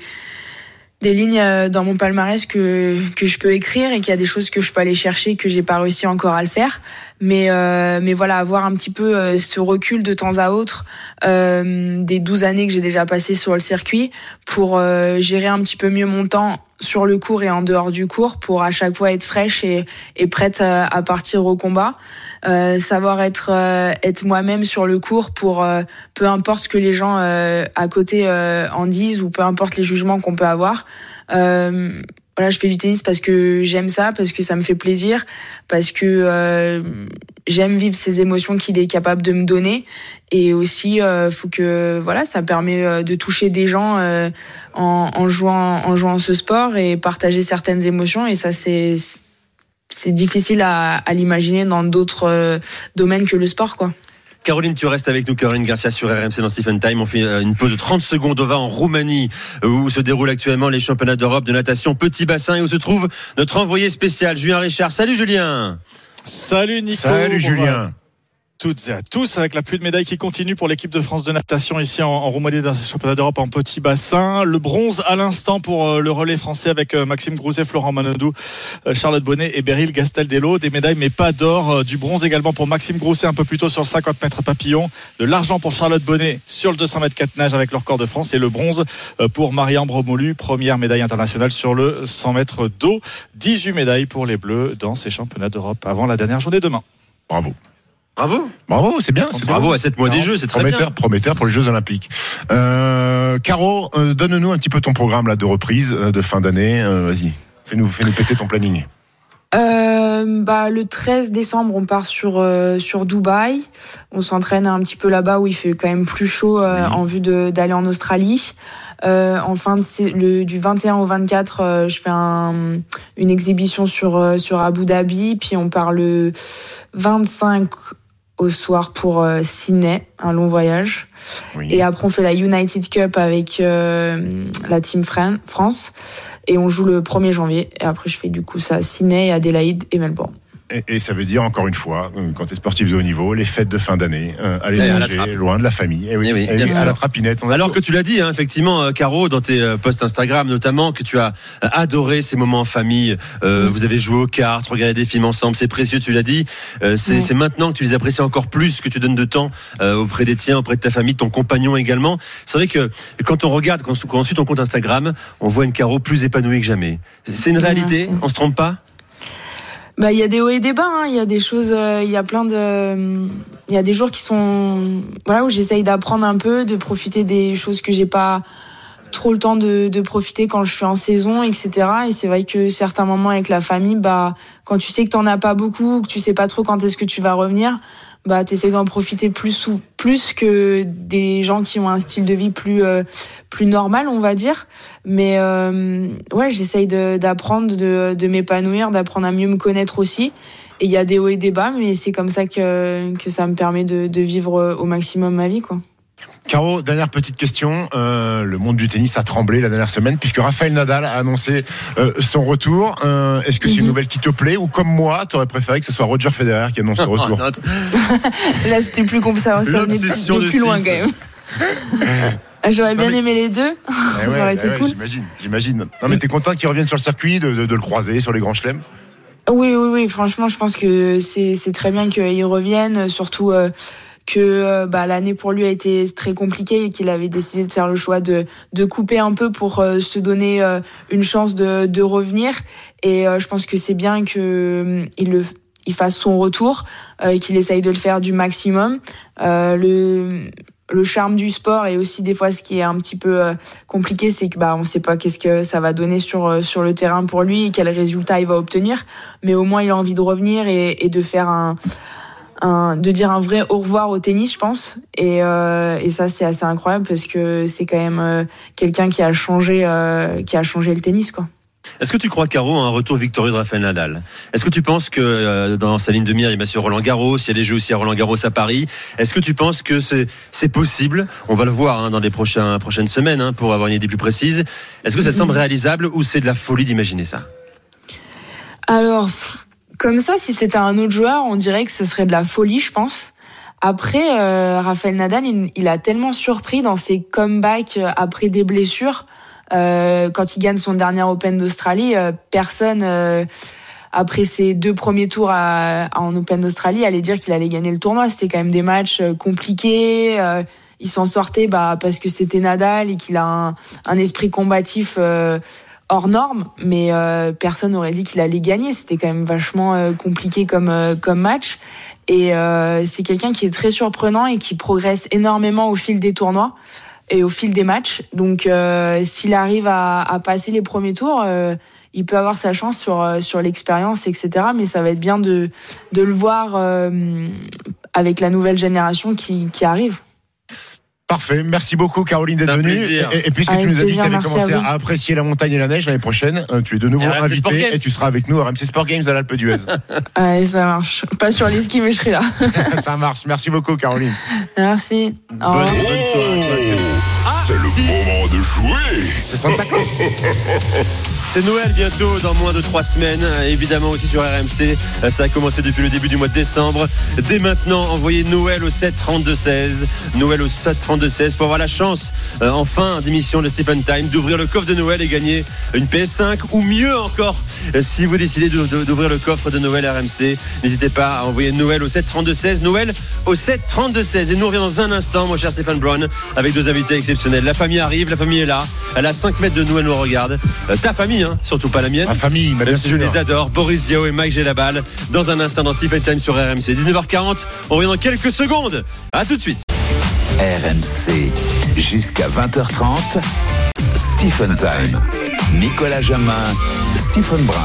lignes dans mon palmarès que je peux écrire, et qu'il y a des choses que je peux aller chercher que j'ai pas réussi encore à le faire. Mais voilà, avoir un petit peu ce recul de temps à autre des 12 années que j'ai déjà passées sur le circuit, pour gérer un petit peu mieux mon temps sur le court et en dehors du court, pour à chaque fois être fraîche et prête à partir au combat. Savoir être moi-même sur le court, pour peu importe ce que les gens à côté en disent, ou peu importe les jugements qu'on peut avoir. Je fais du tennis parce que j'aime ça, parce que ça me fait plaisir, parce que j'aime vivre ces émotions qu'il est capable de me donner. Et aussi, faut que ça permet de toucher des gens en jouant ce sport, et partager certaines émotions. Et ça, c'est difficile à l'imaginer dans d'autres domaines que le sport, quoi. Caroline, tu restes avec nous. Caroline Garcia sur RMC dans Stephen Time. On fait une pause de 30 secondes. On va en Roumanie, où se déroulent actuellement les championnats d'Europe de natation petit bassin, et où se trouve notre envoyé spécial, Julien Richard. Salut Julien. Salut Nico. Salut Julien. Toutes et à tous, avec la pluie de médailles qui continue pour l'équipe de France de natation ici en Roumanie dans ces championnats d'Europe en petit bassin. Le bronze à l'instant pour le relais français avec Maxime Grousset, Florent Manodou, Charlotte Bonnet et Beryl Gastaldello. Des médailles mais pas d'or. Du bronze également pour Maxime Grousset un peu plus tôt sur le 50 mètres papillon. De l'argent pour Charlotte Bonnet sur le 200 mètres 4 nages avec le record de France. Et le bronze pour Marie-Ambre Bromolu, première médaille internationale sur le 100 mètres d'eau. 18 médailles pour les Bleus dans ces championnats d'Europe avant la dernière journée demain. Bravo, c'est bien. Bravo à 7 mois des Jeux, c'est très bien. Prometteur pour les Jeux Olympiques. Caro, donne-nous un petit peu ton programme là de reprise de fin d'année. Vas-y, fais-nous péter ton planning. Le 13 décembre, on part sur Dubaï. On s'entraîne un petit peu là-bas, où il fait quand même plus chaud en vue d'aller en Australie. Du 21 au 24, je fais une exhibition sur Abu Dhabi, puis on part le 25 au soir pour Sydney, un long voyage. Oui. Et après, on fait la United Cup avec la Team France. Et on joue le 1er janvier. Et après, je fais du coup ça à Sydney, Adélaïde et Melbourne. Et ça veut dire, encore une fois, quand tu es sportif de haut niveau, les fêtes de fin d'année, aller manger loin de la famille. Et à la trapinette. Alors que tu l'as dit, effectivement, Caro, dans tes posts Instagram notamment, que tu as adoré ces moments en famille. Vous avez joué aux cartes, regardé des films ensemble, c'est précieux, tu l'as dit. C'est maintenant que tu les apprécies encore plus, que tu donnes de temps auprès des tiens, auprès de ta famille, de ton compagnon également. C'est vrai que quand on regarde, quand on suit ton compte Instagram, on voit une Caro plus épanouie que jamais. C'est une réalité, on se trompe pas? Il y a des hauts et des bas, hein. Il y a des choses, il y a des jours qui sont, où j'essaye d'apprendre un peu, de profiter des choses que j'ai pas trop le temps de profiter quand je suis en saison, etc. Et c'est vrai que certains moments avec la famille, quand tu sais que t'en as pas beaucoup, que tu sais pas trop quand est-ce que tu vas revenir, t'essayes d'en profiter plus que des gens qui ont un style de vie plus normal, on va dire. Mais j'essaye d'apprendre, de m'épanouir, d'apprendre à mieux me connaître aussi. Et il y a des hauts et des bas, mais c'est comme ça que ça me permet de vivre au maximum ma vie, quoi. Caro, dernière petite question. Le monde du tennis a tremblé la dernière semaine puisque Rafael Nadal a annoncé son retour. Est-ce que c'est une nouvelle qui te plaît ou comme moi, t'aurais préféré que ce soit Roger Federer qui annonce son retour? Là, c'était plus comme ça venait de plus loin quand même. J'aurais bien aimé les deux. Ça aurait été cool. J'imagine. Non, mais t'es content qu'il revienne sur le circuit, de le croiser sur les grands chelems? Oui. Franchement, je pense que c'est très bien qu'il revienne, surtout que l'année pour lui a été très compliquée et qu'il avait décidé de faire le choix de couper un peu pour se donner une chance de revenir. Et je pense que c'est bien que il fasse son retour, qu'il essaye de le faire du maximum. Le charme du sport et aussi des fois ce qui est un petit peu compliqué, c'est que on sait pas qu'est-ce que ça va donner sur le terrain pour lui et quel résultat il va obtenir. Mais au moins il a envie de revenir et de faire de dire un vrai au revoir au tennis, je pense. Et ça c'est assez incroyable parce que c'est quand même quelqu'un qui a changé le tennis, quoi. Est-ce que tu crois, Caro, à un retour victorieux de Rafael Nadal? Est-ce que tu penses que dans sa ligne de mire, il va sur Roland Garros, il y a des jeux aussi à Roland Garros à Paris? Est-ce que tu penses que c'est possible? On va le voir dans les prochaines semaines pour avoir une idée plus précise. Est-ce que ça te semble réalisable ou c'est de la folie d'imaginer ça? Alors, comme ça, si c'était un autre joueur, on dirait que ce serait de la folie, je pense. Après, Rafael Nadal, il a tellement surpris dans ses comebacks après des blessures. Quand il gagne son dernier Open d'Australie, personne après ses 2 premiers tours en Open d'Australie allait dire qu'il allait gagner le tournoi. C'était quand même des matchs compliqués. Il s'en sortait parce que c'était Nadal et qu'il a un esprit combatif hors norme, mais personne n'aurait dit qu'il allait gagner. C'était quand même vachement compliqué comme match. Et c'est quelqu'un qui est très surprenant et qui progresse énormément au fil des tournois et au fil des matchs. Donc s'il arrive à passer les premiers tours, il peut avoir sa chance sur l'expérience, etc. Mais ça va être bien de le voir avec la nouvelle génération qui arrive. Parfait, merci beaucoup Caroline d'être venue. Et puisque avec tu nous as dit que tu avais commencé à apprécier la montagne et la neige l'année prochaine, tu es de nouveau invité et tu seras avec nous à RMC Sport Games à l'Alpe d'Huez. Ouais, ça marche. Pas sur les skis, mais je serai là. Ça marche, merci beaucoup Caroline. Merci. Bonne soirée. C'est le moment de jouer. C'est Santa Claus. C'est Noël bientôt, dans moins de 3 semaines. Évidemment aussi sur RMC. Ça a commencé depuis le début du mois de décembre. Dès maintenant, envoyez Noël au 7 32 16. Noël au 7 32 16 pour avoir la chance, en fin d'émission de Stephen Time, d'ouvrir le coffre de Noël et gagner une PS5 ou mieux encore, si vous décidez d'ouvrir le coffre de Noël RMC. N'hésitez pas à envoyer Noël au 7 32 16. Noël au 7 32 16. Et nous on revient dans un instant, mon cher Stéphane Brown, avec 2 invités exceptionnels. La famille arrive, la famille est là. Elle a 5 mètres de nous, elle nous regarde. Ta famille, surtout pas la mienne. Ma famille, même si je les adore. Boris Diaw et Mike Gelabal. Dans un instant, dans Stephen Time sur RMC. 19h40. On revient dans quelques secondes. À tout de suite. RMC, jusqu'à 20h30. Stephen Time. Nicolas Jamin, Stephen Brun.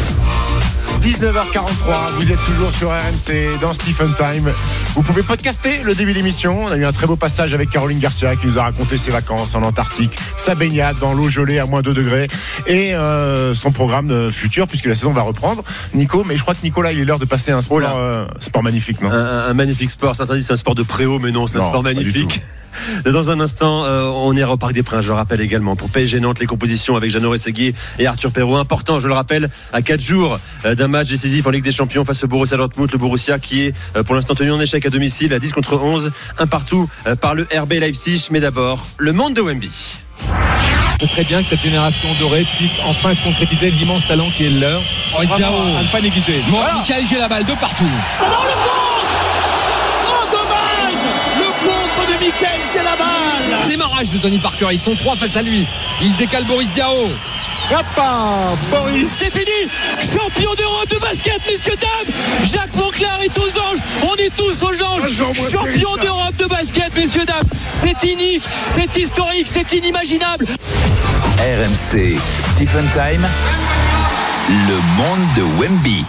19h43, vous êtes toujours sur RMC dans Stephen Time. Vous pouvez podcaster le début de l'émission. On a eu un très beau passage avec Caroline Garcia qui nous a raconté ses vacances en Antarctique, sa baignade dans l'eau gelée à moins 2 degrés et son programme futur puisque la saison va reprendre. Nico, mais je crois que Nicolas, il est l'heure de passer un sport, sport magnifique, non? Un magnifique sport. Certains disent c'est un sport de préau, mais non, c'est un sport magnifique. Dans un instant, on ira au Parc des Princes. Je le rappelle également pour PSG Nantes, les compositions avec Jeannot Rességuier et Arthur Perrault. Important, je le rappelle, à 4 jours d'un match décisif en Ligue des Champions face au Borussia Dortmund. Le Borussia qui est pour l'instant tenu en échec à domicile à 10 contre 11, un partout par le RB Leipzig. Mais d'abord, le monde de Wemby. C'est très bien que cette génération dorée puisse enfin concrétiser l'immense talent qui est le leur. À ne pas négliger. Michael Gelabal de partout. Michael Gelabal. Démarrage de Tony Parker, ils sont 3 face à lui. Il décale Boris Diaw. Boris. C'est fini. Champion d'Europe de basket, messieurs dames. Jacques Monclar est aux anges. On est tous aux anges. Champion d'Europe de basket, messieurs dames. C'est unique, c'est historique, c'est inimaginable. RMC Stephen Time. Le monde de Wemby.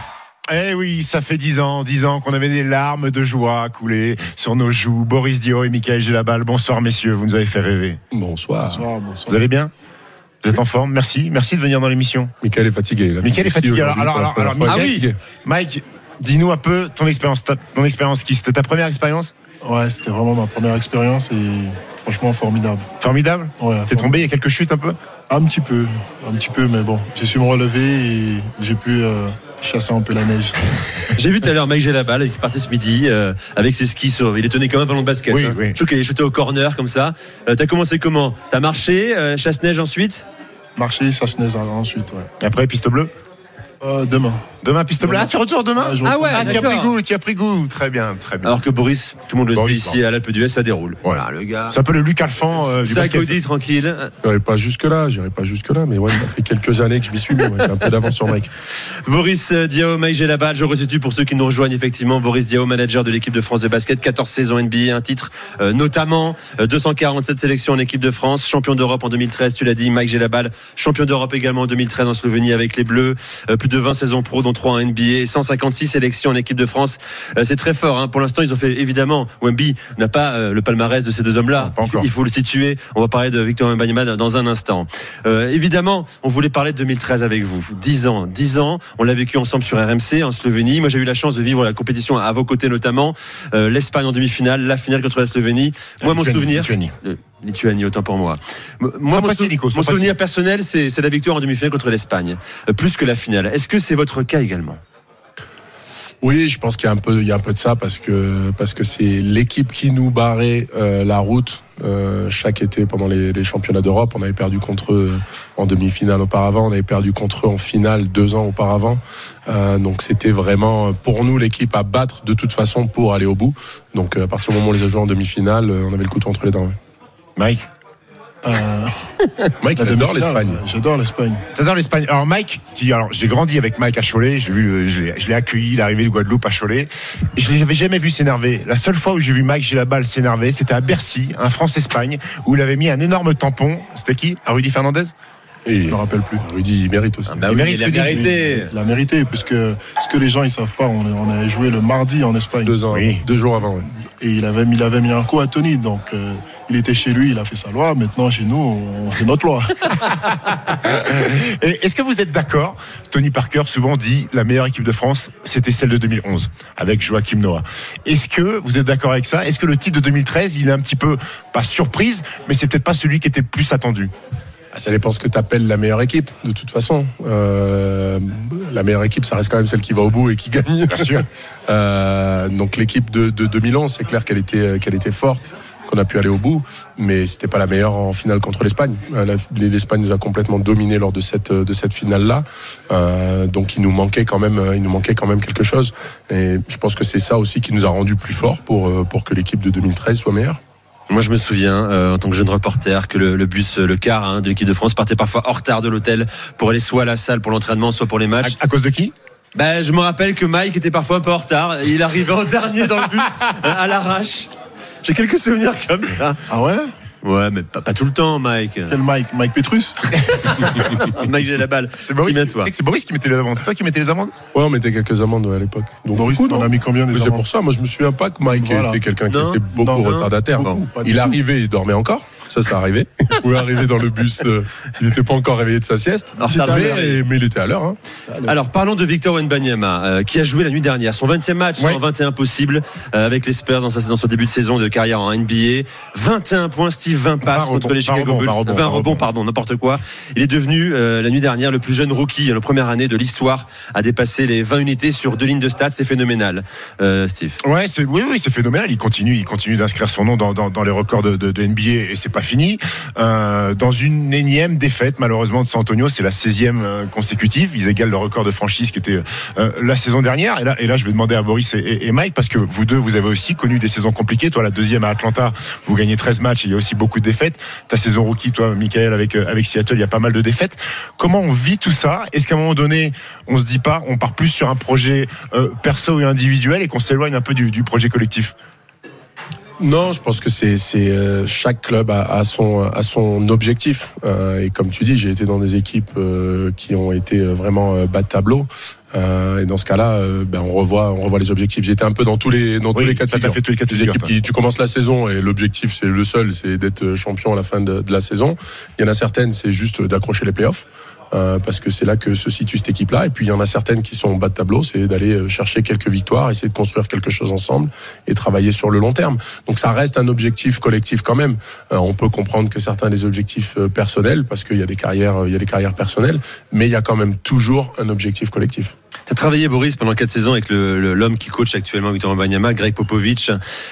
Eh oui, ça fait 10 ans qu'on avait des larmes de joie couler sur nos joues. Boris Dio et Michael Gelabal. Bonsoir messieurs, vous nous avez fait rêver. Bonsoir. Vous allez bien ? Vous êtes en forme ? Merci de venir dans l'émission. Michael est fatigué. Michael est fatigué. Alors, Mike, dis-nous un peu ton expérience ski. C'était ta première expérience ? Ouais, c'était vraiment ma première expérience et franchement formidable. Formidable ? Ouais. T'es tombé, il y a quelques chutes un peu ? Un petit peu, mais bon, j'ai su me relever et j'ai pu chasser un peu la neige. J'ai vu tout à l'heure Mike Gelabal qui partait ce midi avec ses skis il est tenu comme un ballon de basket. Oui. Je trouve qu'il est shooté au corner comme ça. T'as commencé comment ? T'as marché, chasse-neige ensuite ? Marcher, chasse-neige ensuite, ouais. Et après, piste bleue ? Demain, piste bleue. Ah, tu retournes demain ? Tu as pris goût. Très bien. Alors que Boris, tout le monde le sait ici à l'Alpe d'Huez, ça déroule. Voilà, le gars. C'est un peu le Luc Alphand du basket. Sac tranquille. J'irai pas jusque-là, mais ouais, ça fait quelques années que je m'y suis mis. Ouais, un peu d'avance sur Mike. Boris Diaw, Mike Gelabal, je resitue pour ceux qui nous rejoignent effectivement. Boris Diaw, manager de l'équipe de France de basket, 14 saisons NBA, un titre notamment 247 sélections en équipe de France, champion d'Europe en 2013, tu l'as dit. Mike Gelabal, champion d'Europe également en 2013 en Slovénie avec les Bleus, plus de 20 saisons pro dont 3 en NBA, 156 sélections en équipe de France. C'est très fort. Pour l'instant, ils ont fait évidemment. Wemby n'a pas le palmarès de ces deux hommes-là. Il faut le situer. On va parler de Victor Wembanyama dans un instant. Évidemment, on voulait parler de 2013 avec vous. 10 ans. On l'a vécu ensemble sur RMC en Slovénie. Moi, j'ai eu la chance de vivre la compétition à vos côtés notamment. L'Espagne en demi-finale, la finale contre la Slovénie. Moi, mon souvenir. Lituanie, autant pour moi. Mon souvenir personnel, c'est la victoire en demi-finale contre l'Espagne, plus que la finale. Est-ce que c'est votre cas également ? Oui, je pense qu'il y a un peu de ça parce que c'est l'équipe qui nous barrait la route chaque été pendant les championnats d'Europe. On avait perdu contre eux en demi-finale auparavant, on avait perdu contre eux en finale 2 ans auparavant. Donc c'était vraiment pour nous l'équipe à battre de toute façon pour aller au bout. Donc à partir du moment où on les a joués en demi-finale, on avait le couteau entre les dents. Ouais. Mike, il adore l'Espagne. J'adore l'Espagne. T'adores l'Espagne. Alors Mike, j'ai grandi avec Mike à Cholet. Je l'ai accueilli, l'arrivée de Guadeloupe à Cholet. Et je l'avais jamais vu s'énerver. La seule fois où j'ai vu Mike Gelabal s'énerver, c'était à Bercy, un France-Espagne, où il avait mis un énorme tampon. C'était qui ? À Rudy Fernandez ? Et je me rappelle plus. Rudy, il mérite aussi. Il a mérité. Il a mérité, puisque ce que les gens ils savent pas, on avait joué le mardi en Espagne. 2 jours avant. Ouais. Et il avait mis un coup à Tony, donc. Il était chez lui, il a fait sa loi. Maintenant, chez nous, on fait notre loi. Et est-ce que vous êtes d'accord ? Tony Parker souvent dit la meilleure équipe de France, c'était celle de 2011, avec Joachim Noah. Est-ce que vous êtes d'accord avec ça ? Est-ce que le titre de 2013, il est un petit peu, pas surprise, mais c'est peut-être pas celui qui était plus attendu ? Ça dépend ce que tu appelles la meilleure équipe, de toute façon. La meilleure équipe, ça reste quand même celle qui va au bout et qui gagne. Bien sûr. Donc l'équipe de 2011, c'est clair qu'elle était forte, qu'on a pu aller au bout, mais c'était pas la meilleure en finale contre l'Espagne. L'Espagne nous a complètement dominé lors de cette finale-là. Donc il nous manquait quand même quelque chose. Et je pense que c'est ça aussi qui nous a rendu plus forts pour que l'équipe de 2013 soit meilleure. Moi, je me souviens, en tant que jeune reporter, que le bus, le car de l'équipe de France partait parfois en retard de l'hôtel pour aller soit à la salle pour l'entraînement, soit pour les matchs. À cause de qui ? Je me rappelle que Mike était parfois un peu en retard. Il arrivait en dernier dans le bus, à l'arrache. J'ai quelques souvenirs comme ça. Ah ouais ? Ouais, mais pas tout le temps, Mike. Quel Mike ? Mike Petrus ? Mike Gelabal. C'est Boris qui mettait les amendes. C'est toi qui mettais les amendes ? Ouais, on mettait quelques amendes à l'époque. Donc, Boris, on a mis combien des amendes ? C'est pour ça, moi je me souviens pas que Mike était quelqu'un qui était beaucoup retardataire. Il arrivait, il dormait encore. Ça arrivait. Il pouvait arriver dans le bus. Il n'était pas encore réveillé de sa sieste. Mais il était à l'heure. Alors, parlons de Victor Wembanyama, qui a joué la nuit dernière son 20e match en 21 possible avec les Spurs dans son début de saison de carrière en NBA. 21 points, Steve, 20 passes contre les Chicago Bulls. 20 rebonds, n'importe quoi. Il est devenu, la nuit dernière, le plus jeune rookie, la première année de l'histoire à dépasser les 20 unités sur 2 lignes de stats. C'est phénoménal, Steve. Oui, c'est phénoménal. Il continue d'inscrire son nom dans les records de NBA et c'est pas fini. Dans une énième défaite malheureusement de San Antonio, c'est la 16e consécutive. Ils égalent le record de franchise qui était la saison dernière. Et là je vais demander à Boris et Mike, parce que vous deux vous avez aussi connu des saisons compliquées. Toi la deuxième à Atlanta, vous gagnez 13 matchs et il y a aussi beaucoup de défaites. Ta saison rookie, toi Michael, avec Seattle, il y a pas mal de défaites. Comment on vit tout ça ? Est-ce qu'à un moment donné on se dit pas, on part plus sur un projet perso et individuel et qu'on s'éloigne un peu du projet collectif ? Non, je pense que c'est chaque club a son objectif. Et comme tu dis, j'ai été dans des équipes qui ont été vraiment bas de tableau. Et dans ce cas-là, on revoit les objectifs. J'étais un peu dans tous les cas de figure. Fait tous les cas de figure. Équipes tu commences la saison et l'objectif c'est d'être champion à la fin de la saison. Il y en a certaines, c'est juste d'accrocher les playoffs. Parce que c'est là que se situe cette équipe-là. Et puis il y en a certaines qui sont au bas de tableau, c'est d'aller chercher quelques victoires, essayer de construire quelque chose ensemble et travailler sur le long terme. Donc ça reste un objectif collectif quand même. On peut comprendre que certains des objectifs personnels, parce qu'il y a des carrières personnelles, mais il y a quand même toujours un objectif collectif. Tu as travaillé, Boris, pendant 4 saisons avec l'homme qui coach actuellement Victor Wembanyama, Greg Popovich.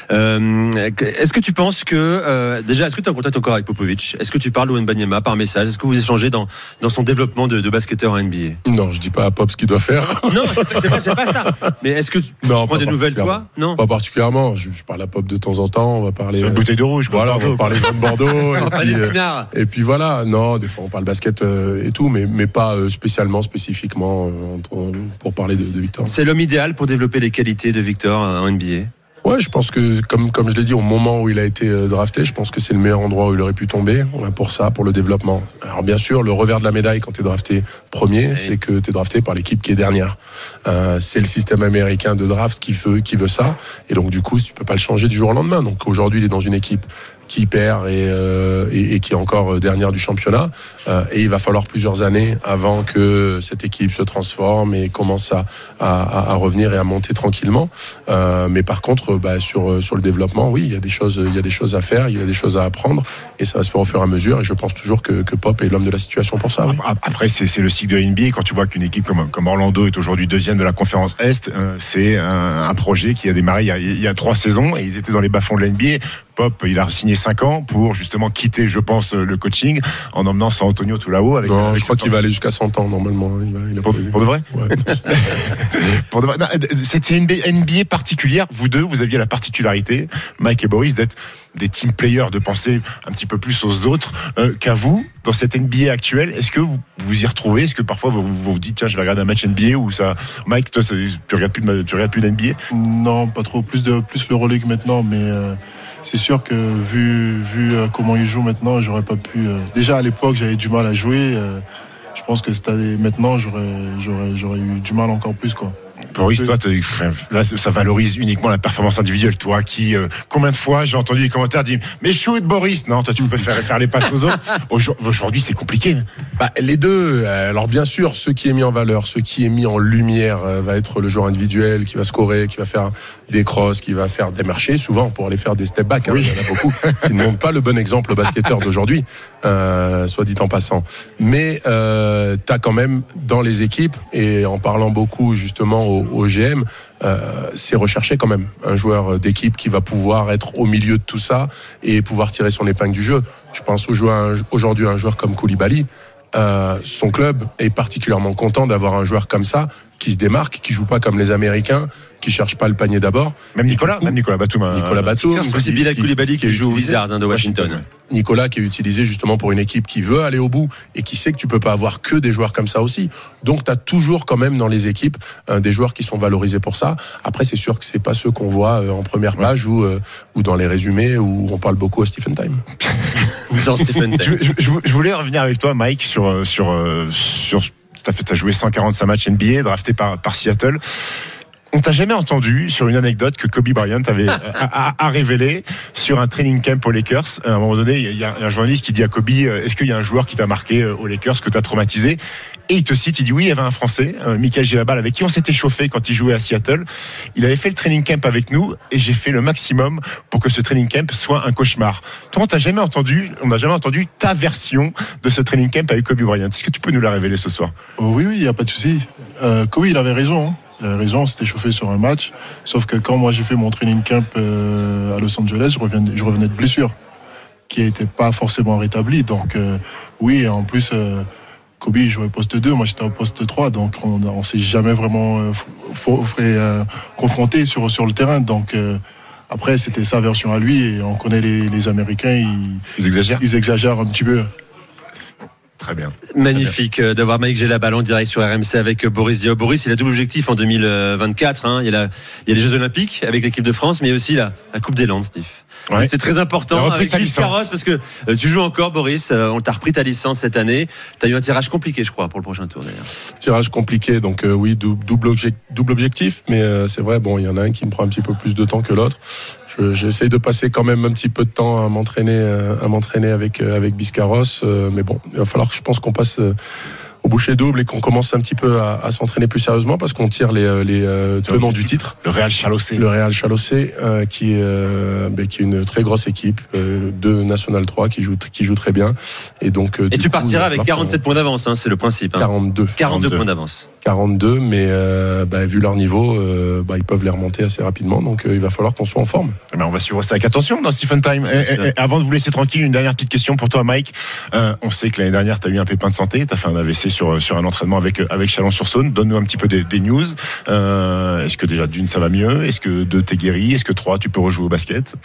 Est-ce que tu penses que... déjà, est-ce que tu es en contact encore avec Popovich ? Est-ce que tu parles au Wembanyama par message ? Est-ce que vous échangez dans son développement de basketteur en NBA ? Non, je dis pas à Pop ce qu'il doit faire. Non, c'est pas ça. Mais est-ce que tu prends des nouvelles, toi ? Non. Pas particulièrement. Je parle à Pop de temps en temps. On va parler... Sur une bouteille de rouge. Voilà, on va parler de Bordeaux. Et puis voilà. Non, des fois, on parle basket et tout, mais pas spécifiquement pour parler de Victor. C'est l'homme idéal pour développer les qualités de Victor en NBA. Ouais, je pense que, comme je l'ai dit, au moment où il a été drafté, je pense que c'est le meilleur endroit où il aurait pu tomber pour ça, pour le développement. Alors bien sûr, le revers de la médaille quand tu es drafté premier, c'est que tu es drafté par l'équipe qui est dernière. C'est le système américain de draft qui veut ça, et donc du coup, tu peux pas le changer du jour au lendemain. Donc aujourd'hui, il est dans une équipe qui perd et qui est encore dernière du championnat, et il va falloir plusieurs années avant que cette équipe se transforme et commence à revenir et à monter tranquillement. Mais par contre, sur le développement, oui, il y a des choses à faire, il y a des choses à apprendre, et ça va se faire au fur et à mesure. Et je pense toujours que Pop est l'homme de la situation pour ça. Oui. Après, c'est le cycle de la NBA. Quand tu vois qu'une équipe comme Orlando est aujourd'hui deuxième de la conférence Est, c'est un projet qui a démarré il y a 3 saisons, et ils étaient dans les bas-fonds de la NBA. Pop, il a signé 5 ans pour justement quitter, je pense, le coaching en emmenant San Antonio tout là-haut. Je crois qu'il va aller jusqu'à 100 ans normalement. Pour de vrai ? Ouais. Pour de vrai. C'était une NBA particulière. Vous deux, vous aviez la particularité, Mike et Boris, d'être des team players, de penser un petit peu plus aux autres qu'à vous. Dans cette NBA actuelle, est-ce que vous y retrouvez ? Est-ce que parfois vous vous dites tiens, je vais regarder un match NBA ou ça ? Mike, toi, tu regardes plus d'NBA ? Non, pas trop. Plus l'Euroleague maintenant, mais c'est sûr que vu comment il joue maintenant, j'aurais pas pu. Déjà à l'époque, j'avais du mal à jouer. Je pense que maintenant, j'aurais eu du mal encore plus, quoi. Boris, toi, là, ça valorise uniquement la performance individuelle. Toi, qui combien de fois j'ai entendu les commentaires dire mais shoot Boris, non, toi tu peux faire les passes aux autres. Aujourd'hui, c'est compliqué. Les deux. Alors bien sûr, ce qui est mis en valeur, ce qui est mis en lumière, va être le joueur individuel qui va scorer, qui va faire des crosses, qui va faire des marchés, souvent pour aller faire des step back. Oui. Il y en a beaucoup qui ne montrent pas le bon exemple au basketteur d'aujourd'hui, soit dit en passant. Mais t'as quand même dans les équipes, et en parlant beaucoup justement au GM, c'est recherché quand même un joueur d'équipe qui va pouvoir être au milieu de tout ça et pouvoir tirer son épingle du jeu. Je pense aujourd'hui à un joueur comme Koulibaly. Son club est particulièrement content d'avoir un joueur comme ça qui se démarque, qui joue pas comme les Américains, qui cherche pas le panier d'abord. Même Nicolas Batum. C'est Bilal Koulibaly qui joue au Wizards de Washington. Nicolas qui est utilisé justement pour une équipe qui veut aller au bout et qui sait que tu peux pas avoir que des joueurs comme ça aussi. Donc tu as toujours quand même dans les équipes des joueurs qui sont valorisés pour ça. Après c'est sûr que c'est pas ceux qu'on voit en première page ou dans les résumés où on parle beaucoup au Stephen Time. Je voulais revenir avec toi, Mike, sur t'as joué 145 matchs NBA, drafté par Seattle. On t'a jamais entendu sur une anecdote que Kobe Bryant a révélé sur un training camp aux Lakers. À un moment donné, il y a un journaliste qui dit à Kobe, est-ce qu'il y a un joueur qui t'a marqué aux Lakers, que t'as traumatisé ? Et il te cite, il dit oui, il y avait un Français, Michael Gelabal, avec qui on s'était chauffé quand il jouait à Seattle. Il avait fait le training camp avec nous et j'ai fait le maximum pour que ce training camp soit un cauchemar. Toi, on n'a jamais entendu ta version de ce training camp avec Kobe Bryant. Est-ce que tu peux nous la révéler ce soir ? Oui, il n'y a pas de souci. Kobe, il avait raison. Il avait raison, on s'était chauffé sur un match. Sauf que quand moi j'ai fait mon training camp à Los Angeles, je revenais de blessure qui n'était pas forcément rétablie. Donc oui, et en plus Kobe jouait poste 2, moi j'étais en poste 3, donc on ne s'est jamais vraiment confronté sur le terrain. Donc après c'était sa version à lui, et on connaît les Américains, ils exagèrent un petit peu. Très bien. Magnifique d'avoir Mike Gelabal en direct sur RMC avec Boris Diaw. Boris, il a double objectif en 2024. Hein. Il y a les Jeux Olympiques avec l'équipe de France, mais aussi la Coupe des Landes, Steve. Ouais. C'est très important avec Biscarrosse parce que tu joues encore, Boris. On t'a repris ta licence cette année. Tu as eu un tirage compliqué, je crois, pour le prochain tour d'ailleurs. Tirage compliqué, donc oui, double objectif, mais c'est vrai, bon, il y en a un qui me prend un petit peu plus de temps que l'autre. J'essaye de passer quand même un petit peu de temps à m'entraîner avec Biscarrosse, mais bon, il va falloir que je pense qu'on passe au boucher double et qu'on commence un petit peu à s'entraîner plus sérieusement parce qu'on tire les tenants du titre. Le Real Chalossé. Le Real Chalossé, qui est une très grosse équipe de National 3 qui joue très bien. Et donc. Et tu partiras avec 47 points d'avance, hein, c'est le principe. Hein. 42 points d'avance. 42, mais vu leur niveau, ils peuvent les remonter assez rapidement. Donc il va falloir qu'on soit en forme. Mais on va suivre ça avec attention dans Stephen Time. Et avant de vous laisser tranquille, une dernière petite question pour toi, Mike. On sait que l'année dernière, tu as eu un pépin de santé, tu as fait un AVC sur un entraînement avec Chalon-sur-Saône. Donne-nous un petit peu des news. Est-ce que déjà d'une ça va mieux? Est-ce que deux t'es guéri? Est-ce que trois tu peux rejouer au basket?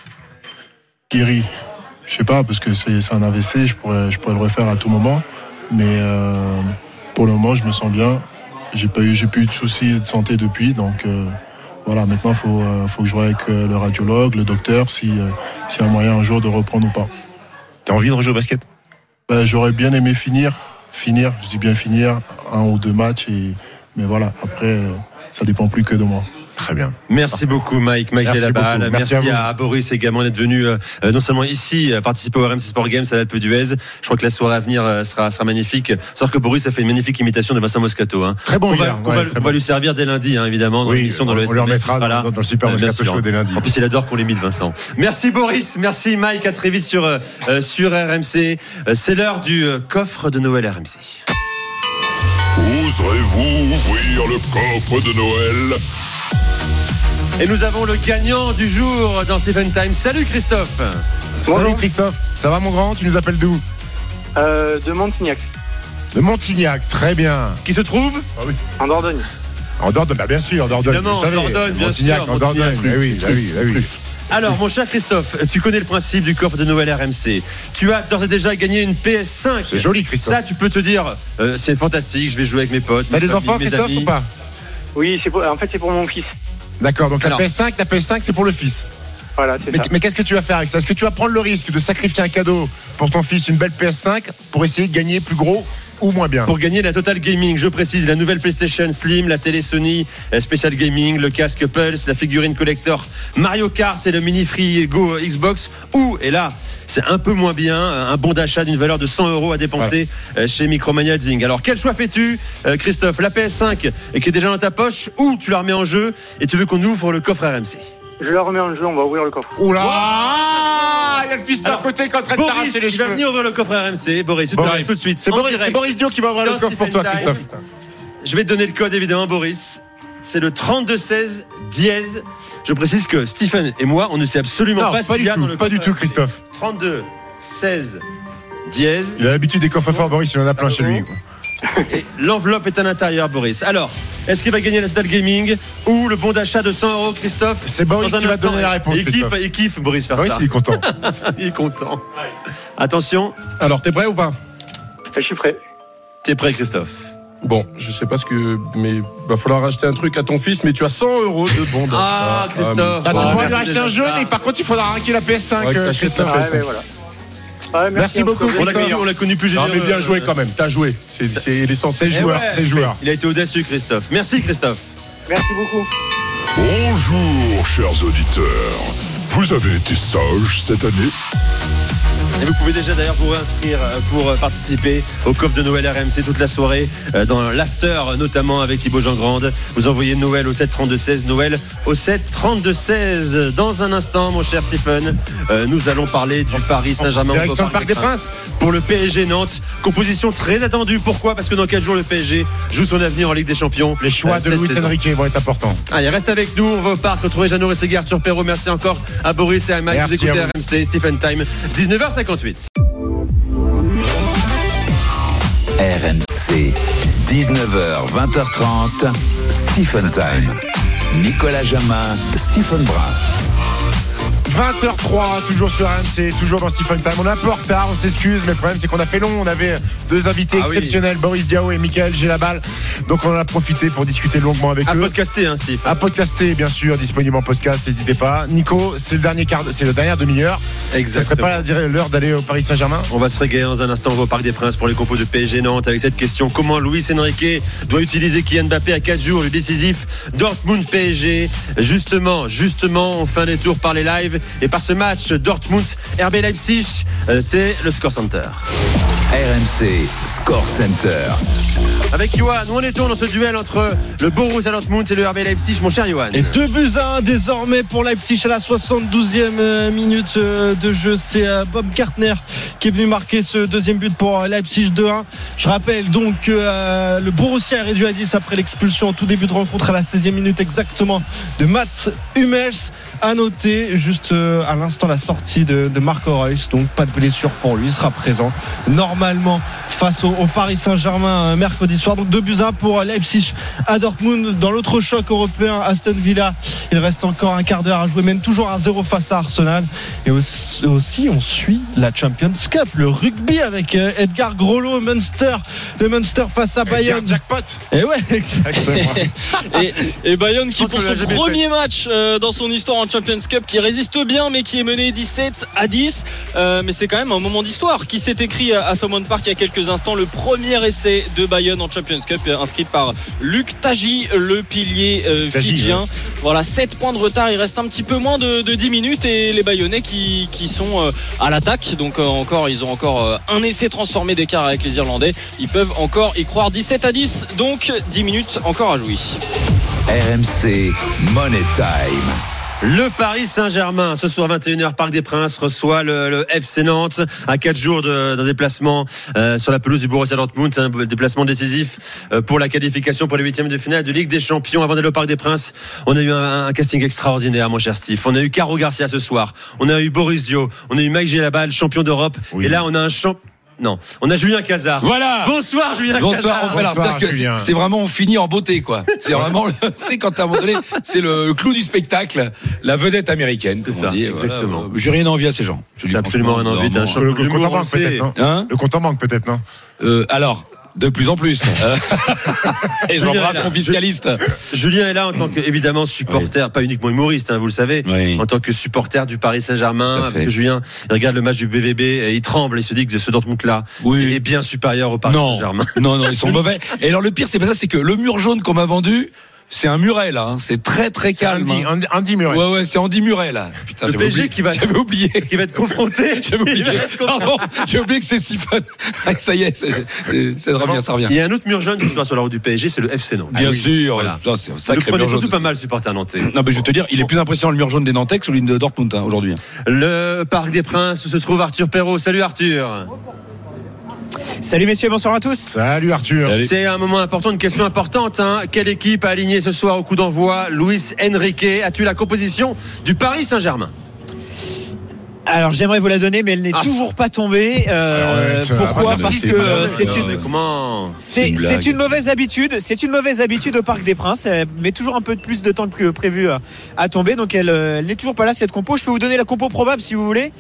Guéri, je sais pas parce que c'est un AVC, je pourrais le refaire à tout moment. Mais pour le moment, je me sens bien. J'ai plus eu de soucis de santé depuis, donc voilà. Maintenant, faut que je voie avec le radiologue, le docteur, s'il y a un moyen un jour de reprendre ou pas. T'as envie de rejouer au basket? J'aurais bien aimé finir, je dis bien finir, 1 ou 2 matchs, mais voilà, après, ça dépend plus que de moi. Très bien. Merci beaucoup Mike Gelabal. Merci à Boris également d'être venu non seulement ici participer au RMC Sport Games à l'Alpe d'Huez. Je crois que la soirée à venir sera magnifique. C'est-à-dire que Boris a fait une magnifique imitation de Vincent Moscato. Hein. Très bon. On va lui servir dès lundi, hein, évidemment, dans l'émission dans le SMS. On le remettra dans le Super Moscato Show dès lundi. En plus, il adore qu'on l'imite, Vincent. Merci Boris, merci Mike. À très vite sur RMC. C'est l'heure du coffre de Noël RMC. Oserez-vous ouvrir le coffre de Noël? Et nous avons le gagnant du jour dans Stephen Time. Salut Christophe. Salut Christophe. Ça va mon grand? Tu nous appelles d'où? De Montignac. De Montignac, très bien. Qui se trouve? En Dordogne. En Dordogne, bien sûr, en Dordogne. Évidemment, en Dordogne, bien Montignac, sûr. En Dordogne, oui. Alors, mon cher Christophe, tu connais le principe du coffre de Noël RMC. Tu as d'ores et déjà gagné une PS5. C'est joli, Christophe. Ça, tu peux te dire, c'est fantastique, je vais jouer avec mes potes. T'as des enfants, Christophe, ou pas? Oui, en fait, c'est pour mon fils. D'accord, donc la PS5, c'est pour le fils. Voilà, c'est ça. Mais qu'est-ce que tu vas faire avec ça? Est-ce que tu vas prendre le risque de sacrifier un cadeau pour ton fils, une belle PS5, pour essayer de gagner plus gros ou moins bien? Pour gagner la Total Gaming, je précise, la nouvelle PlayStation Slim, la télé Sony Special Gaming, le casque Pulse, la figurine collector Mario Kart et le mini Free Go Xbox, ou, et là, c'est un peu moins bien, un bon d'achat d'une valeur de 100 € à dépenser chez Micromania Zing. Alors, quel choix fais-tu, Christophe? La PS5 qui est déjà dans ta poche, ou tu la remets en jeu et tu veux qu'on ouvre le coffre RMC? Je la remets en jeu, on va ouvrir le coffre. Oula! Il y a le fils de côté qui est en train de s'arracher les cheveux. Il va venir ouvrir le coffre RMC. Boris, tout de suite. C'est Boris Diaw qui va ouvrir le coffre pour toi, Christophe. Je vais te donner le code, évidemment, Boris. C'est le 3216 dièse. Je précise que Stephen et moi, on ne sait absolument pas ce qu'il y a dans le coffre. Pas du tout, Christophe. 3216 dièse. Il a l'habitude des coffres forts, Boris, il en a plein chez lui. Et l'enveloppe est à l'intérieur, Boris. Alors, est-ce qu'il va gagner la Total Gaming ou le bon d'achat de 100 €, Christophe? C'est Boris qui va te donner la réponse. Il kiffe, Boris, faire Boris, ça. il est content. Il est content. Attention. Alors, t'es prêt ou pas? Je suis prêt. T'es prêt, Christophe? Bon, je sais pas mais va falloir acheter un truc à ton fils, mais tu as 100 € de bon. Ah, Christophe. Tu pourras lui acheter un jeu, mais par contre, il faudra raquer la PS5, Christophe. Merci beaucoup. On l'a connu plus généreux. Non, mais bien joué quand même. T'as joué. C'est l'essentiel. C'est joueur. Il a été audacieux, Christophe. Merci, Christophe. Merci beaucoup. Bonjour, chers auditeurs. Vous avez été sages cette année? Et vous pouvez déjà d'ailleurs vous réinscrire pour participer au coffre de Noël RMC toute la soirée dans l'after, notamment avec Thibaut Jean-Grande. Vous envoyez Noël au 732-16, Noël au 732-16. Dans un instant, mon cher Stephen, nous allons parler du Paris Saint-Germain. Direction le Parc des Princes pour le PSG Nantes. Composition très attendue. Pourquoi? Parce que dans 4 jours, le PSG joue son avenir en Ligue des Champions. Les choix de Luis Enrique vont être importants. Allez, reste avec nous. On va au parc retrouver Jeannot Rességuier, Arthur Perrault. Merci encore à Boris et à Mike. Vous écoutez RMC, Stephen Time, 19h58. RMC, 19h, 20h30, Stephen Time. Nicolas Jamin, Stephen Brun. 20h03, toujours sur RMC, toujours dans Stephen Time. On est un peu en retard, on s'excuse, mais le problème c'est qu'on a fait long. On avait deux invités exceptionnels, Boris Diaw et Michael Gelabal. Donc on en a profité pour discuter longuement avec eux. À podcaster, hein, Steve. À podcaster, bien sûr, disponible en podcast, n'hésitez pas. Nico, c'est le dernière demi-heure. Exactement. Ça serait pas l'heure d'aller au Paris Saint-Germain? On va se régaler dans un instant. On va au Parc des Princes pour les compos de PSG Nantes avec cette question: comment Luis Enrique doit utiliser Kylian Mbappé à 4 jours du décisif Dortmund PSG? Justement, on fait un détour par les lives et par ce match Dortmund RB Leipzig. C'est le Score Center. RMC Score Center. Avec Johan, où en est-on dans ce duel entre le Borussia Dortmund et le RB Leipzig, mon cher Johan? Et 2-1 désormais pour Leipzig à la 72e minute de jeu. C'est Bob Gartner qui est venu marquer ce deuxième but pour Leipzig, 2-1. Je rappelle donc que le Borussia est réduit à 10 après l'expulsion au tout début de rencontre à la 16e minute exactement de Mats Hummels. À noter juste à l'instant la sortie de Marco Reus, donc pas de blessure pour lui, il sera présent normalement face au Paris Saint-Germain mercredi soir. Donc 2-1 pour Leipzig à Dortmund. Dans l'autre choc européen, Aston Villa, il reste encore un quart d'heure à jouer, mène toujours 1-0 face à Arsenal. Et aussi on suit la Champions Cup, le rugby avec Edgar Groslo, Munster, le Munster face à Bayern. Jackpot. Et ouais, exactement. et Bayern qui pour son premier match dans son histoire en Champions Cup, qui résiste bien mais qui est mené 17-10, mais c'est quand même un moment d'histoire qui s'est écrit à Thomson Park il y a quelques instants. Le premier essai de Bayern en Champions Cup inscrit par Luc Taggi, le pilier fidjien. Voilà, 7 points de retard, il reste un petit peu moins de 10 minutes et les Bayonnais qui sont à l'attaque, donc ils ont encore un essai transformé d'écart avec les Irlandais, ils peuvent encore y croire. 17-10, donc 10 minutes encore à jouer. RMC Money Time. Le Paris Saint-Germain, ce soir 21h, Parc des Princes, reçoit le FC Nantes à 4 jours d'un déplacement sur la pelouse du Borussia Dortmund. C'est un déplacement décisif pour la qualification pour les 8e de finale de Ligue des Champions. Avant d'aller au Parc des Princes, on a eu un casting extraordinaire, mon cher Steve. On a eu Caro Garcia ce soir, on a eu Boris Diaw, on a eu Mike Gelabal, champion d'Europe. Oui. Et là, on a on a Julien Cazard. Voilà. Bonsoir Julien Cazard. Bonsoir. Voilà, c'est-à-dire que c'est vraiment, on finit en beauté, quoi. C'est vraiment, c'est quand à un moment donné, c'est le clou du spectacle, la vedette américaine. C'est ça, dit, exactement. Voilà. J'ai rien envie à ces gens. Absolument rien envie. Le compte en banque peut-être, non? Hein? Le compte en banque peut-être, non? Alors. De plus en plus. Et j'embrasse mon fiscaliste. Julien est là en tant que, évidemment, supporter, pas uniquement humoriste, vous le savez, en tant que supporter du Paris Saint-Germain. Parce que Julien, il regarde le match du BVB et il tremble. Il se dit que ce Dortmund-là est bien supérieur au Paris Saint-Germain. Non, ils sont mauvais. Et alors, le pire, c'est pas ça, c'est que le mur jaune qu'on m'a vendu, c'est un Muret là, c'est très très calme. Andy Muret. Ouais, c'est Andy Muret là. Putain, le PSG j'avais oublié. Qui va être confronté. J'avais oublié. Pardon, j'ai oublié que c'est Stephen. Ça y est, ça revient. Il y a un autre mur jaune qui soit sur la route du PSG, c'est le FC Nantes. Bien sûr. Voilà. C'est un sacré mur jaune. Surtout pas mal supporter nantais. Non, mais je vais te dire, il est plus impressionnant le mur jaune des Nantais que celui de Dortmund aujourd'hui. Le Parc des Princes où se trouve Arthur Perrault. Salut Arthur. Salut messieurs, bonsoir à tous. Salut Arthur. Salut. C'est un moment important, une question importante. Quelle équipe a aligné ce soir au coup d'envoi Luis Enrique? As-tu la composition du Paris Saint-Germain? Alors j'aimerais vous la donner, mais elle n'est toujours pas tombée. Pourquoi? Parce que c'est une mauvaise habitude. C'est une mauvaise habitude au Parc des Princes. Elle met toujours un peu plus de temps que prévu à tomber. Donc elle n'est toujours pas là, cette compo. Je peux vous donner la compo probable si vous voulez,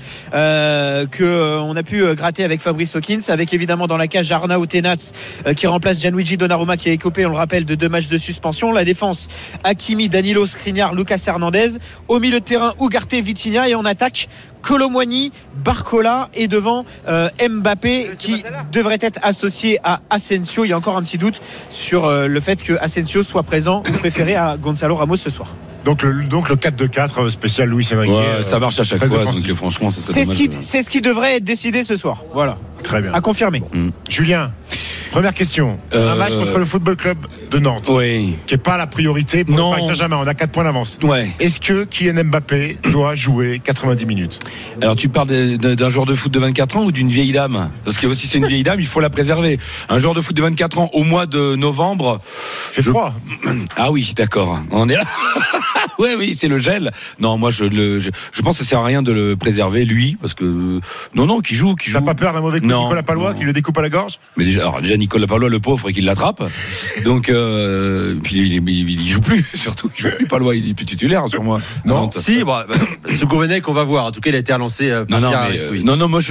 qu'on a pu gratter avec Fabrice Hawkins, avec évidemment dans la cage Arnaud Tenas qui remplace Gianluigi Donnarumma, qui a écopé, on le rappelle, de 2 matchs de suspension. La défense, Hakimi, Danilo, Skriniar, Lucas Hernandez. Au milieu de terrain, Ugarte, Vitinha, et en attaque, Colomwani, Barcola, et devant Mbappé qui devrait être associé à Asensio. Il y a encore un petit doute sur le fait que Asensio soit présent ou préféré à Gonzalo Ramos ce soir. Donc le 4-2-4 spécial Luis Enrique. Ouais, ça marche à chaque fois. Donc franchement, c'est ce qui devrait être décidé ce soir. Voilà. Très bien. À confirmer. Julien, première question. Un match contre le Football Club de Nantes. Oui. Qui n'est pas la priorité pour le Paris Saint-Germain. On a 4 points d'avance. Ouais. Est-ce que Kylian Mbappé doit jouer 90 minutes? Alors tu parles d'un joueur de foot de 24 ans ou d'une vieille dame? Parce que aussi c'est une vieille dame, il faut la préserver. Un joueur de foot de 24 ans au mois de novembre. Fait froid. Ah oui, d'accord. On est là. Oui, c'est le gel. Non, moi je pense que ça sert à rien de le préserver lui, parce que non, qui joue. T'as pas peur d'un mauvais coup de Nicolas Palois qui le découpe à la gorge? Mais déjà Nicolas Palois, le pauvre, et qu'il l'attrape. Donc il joue plus, surtout. Il joue plus, Palois, il est plus titulaire sur moi. Non, si, ce Gourvenec, on va voir. En tout cas, il a été relancé par Pierre Aristouille. Non, moi,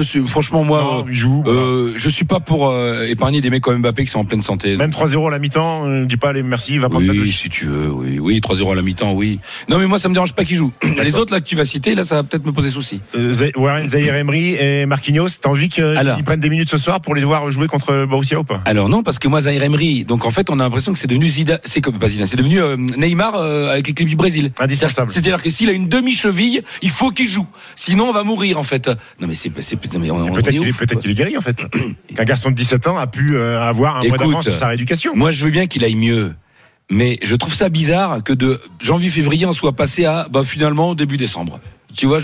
je suis pas pour épargner des mecs comme Mbappé qui sont en pleine santé. Même 3-0 à la mi-temps, ne dis pas allez, merci, va prendre ta douche. Si tu veux, oui, 3-0 à la mi-temps, oui. Non, mais moi, ça me dérange pas qu'ils jouent. Les autres, là, que tu vas citer, là, ça va peut-être me poser souci. Zahir Emery et Marquinhos, t'as envie qu'ils prennent des minutes ce soir pour les voir jouer contre Borussia ou pas? Alors non, parce que moi, Zahir Emery, donc en fait, on a l'impression que c'est devenu c'est devenu Neymar avec l'équipe du Brésil. Indispensable. C'est-à-dire que s'il a une demi-cheville, il faut qu'il joue. Sinon, on va mourir, en fait. Non, mais peut-être qu'il est guéri, en fait. Qu'un garçon de 17 ans a pu avoir un mois d'avance sur sa rééducation. Moi, je veux bien qu'il aille mieux. Mais je trouve ça bizarre que de janvier-février, on soit passé à, finalement, début décembre. Tu vois,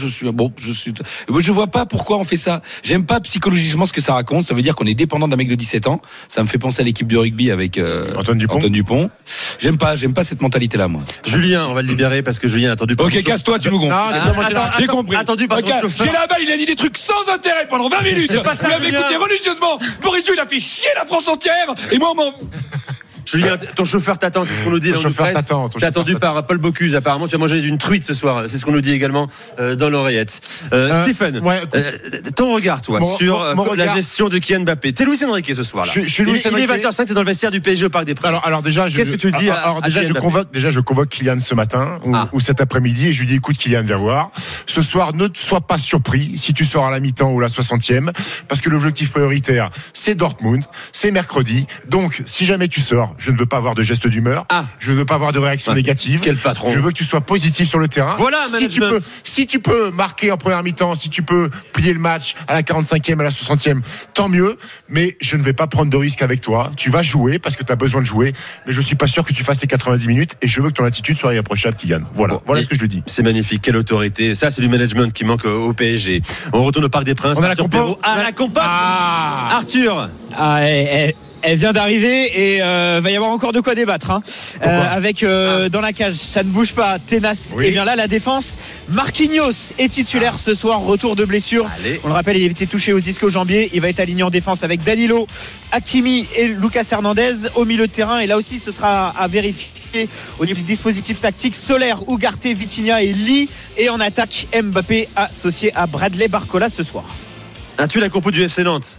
je vois pas pourquoi on fait ça. J'aime pas psychologiquement ce que ça raconte. Ça veut dire qu'on est dépendant d'un mec de 17 ans. Ça me fait penser à l'équipe de rugby avec Antoine Dupont. J'aime pas cette mentalité-là, moi. Julien, on va le libérer parce que Julien a attendu. Ok, casse-toi, tu nous gonfles. J'ai compris. Attendu par son chauffeur. J'ai la balle, il a dit des trucs sans intérêt pendant 20 minutes. C'est pas ça, vous l'avez écouté religieusement. Boris Joux, il a fait chier la France entière. Et moi, Julien, ton chauffeur t'attend, c'est ce qu'on nous dit dans le presse. T'es attendu par Paul Bocuse, apparemment. Tu as mangé d'une truite ce soir, c'est ce qu'on nous dit également dans l'oreillette. Stephen, ton regard, toi, sur la gestion de Kylian Mbappé. T'es Luis Enrique ce soir-là. Je suis Luis Enrique. Il est 20h05, t'es dans le vestiaire du PSG au Parc des Princes. Alors déjà, qu'est-ce que tu dis je convoque Kylian ce matin ou cet après-midi et je lui dis écoute Kylian, viens voir. Ce soir, ne sois pas surpris si tu sors à la mi-temps ou la 60e, parce que l'objectif prioritaire, c'est Dortmund, c'est mercredi. Donc, si jamais tu sors, je ne veux pas avoir de gestes d'humeur. Je ne veux pas avoir de réaction négative. Quel patron. Je veux que tu sois positif sur le terrain. Voilà, si tu peux marquer en première mi-temps, si tu peux plier le match à la 45e, à la 60e, tant mieux. Mais je ne vais pas prendre de risque avec toi. Tu vas jouer parce que tu as besoin de jouer. Mais je suis pas sûr que tu fasses tes 90 minutes et je veux que ton attitude soit irréprochable, Kylian. Voilà ce que je lui dis. C'est magnifique. Quelle autorité. Ça, c'est du management qui manque au PSG. On retourne au Parc des Princes. On a la compo. La compo. Arthur. Elle vient d'arriver et va y avoir encore de quoi débattre avec dans la cage ça ne bouge pas, tenace. Et bien là la défense, Marquinhos est titulaire ce soir, retour de blessure. On le rappelle, il a été touché aux ischio-jambiers. Il va être aligné en défense avec Danilo, Hakimi et Lucas Hernandez au milieu de terrain. Et là aussi ce sera à vérifier au niveau du dispositif tactique. Soler, Ugarte, Vitinha et Lee. Et en attaque, Mbappé associé à Bradley Barcola ce soir. As-tu la compo du FC Nantes?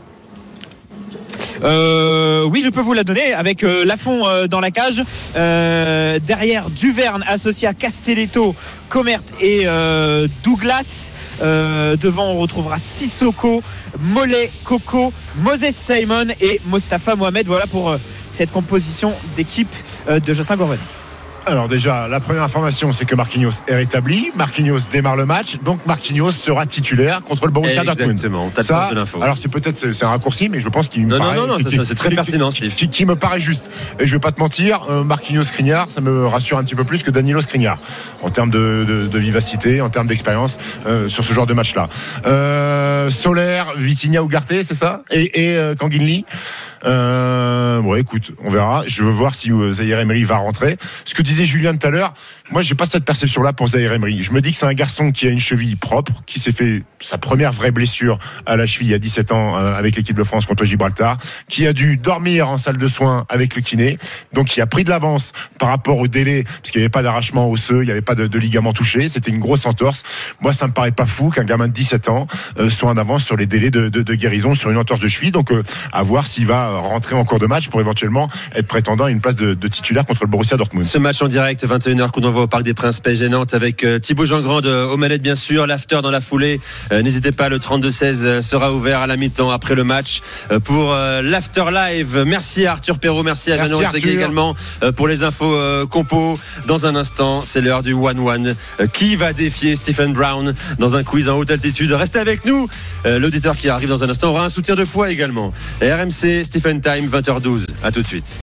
Oui, je peux vous la donner avec Lafont dans la cage, derrière Duverne associé à Castelletto, Comert et Douglas. Devant on retrouvera Sissoko, Mollet, Coco, Moses Simon et Mostafa Mohamed. Voilà pour cette composition d'équipe de Jocelyn Gourvenec. Alors déjà, la première information, c'est que Marquinhos est rétabli. Marquinhos démarre le match, donc Marquinhos sera titulaire contre le Borussia Dortmund. Exactement, t'as ça, de l'info. Alors c'est un raccourci, mais je pense qu'il me paraît... Non, c'est très pertinent, Steve. Qui me paraît juste. Et je vais pas te mentir, Marquinhos Skriniar, ça me rassure un petit peu plus que Danilo Skriniar, en termes de vivacité, en termes d'expérience sur ce genre de match-là. Soler, Vitinha, Ugarte, c'est ça? Et Kanginli. Écoute, on verra. Je veux voir si Zahir Emery va rentrer. Ce que disait Julien tout à l'heure, moi j'ai pas cette perception-là pour Zahir Emery. Je me dis que c'est un garçon qui a une cheville propre, qui s'est fait sa première vraie blessure à la cheville il y a 17 ans avec l'équipe de France contre Gibraltar, qui a dû dormir en salle de soins avec le kiné, donc qui a pris de l'avance par rapport au délai, parce qu'il n'y avait pas d'arrachement osseux, il n'y avait pas de ligament touché, c'était une grosse entorse. Moi ça me paraît pas fou qu'un gamin de 17 ans soit en avance sur les délais de guérison sur une entorse de cheville, donc à voir s'il va rentrer en cours de match pour éventuellement être prétendant à une place de titulaire contre le Borussia Dortmund. Ce match en direct 21h qu'on envoie au Parc des Princes PSG Nantes avec Thibaut Jeangrande aux manettes bien sûr, l'after dans la foulée. N'hésitez pas, le 32-16 sera ouvert à la mi-temps après le match pour l'after live. Merci à Arthur Perrault, merci à Jeannot Segui également pour les infos compo. Dans un instant, c'est l'heure du 1-1 qui va défier Stephen Brown dans un quiz en haute altitude. Restez avec nous, l'auditeur qui arrive dans un instant aura un soutien de poids également. RMC Stephen Time 20h12, à tout de suite.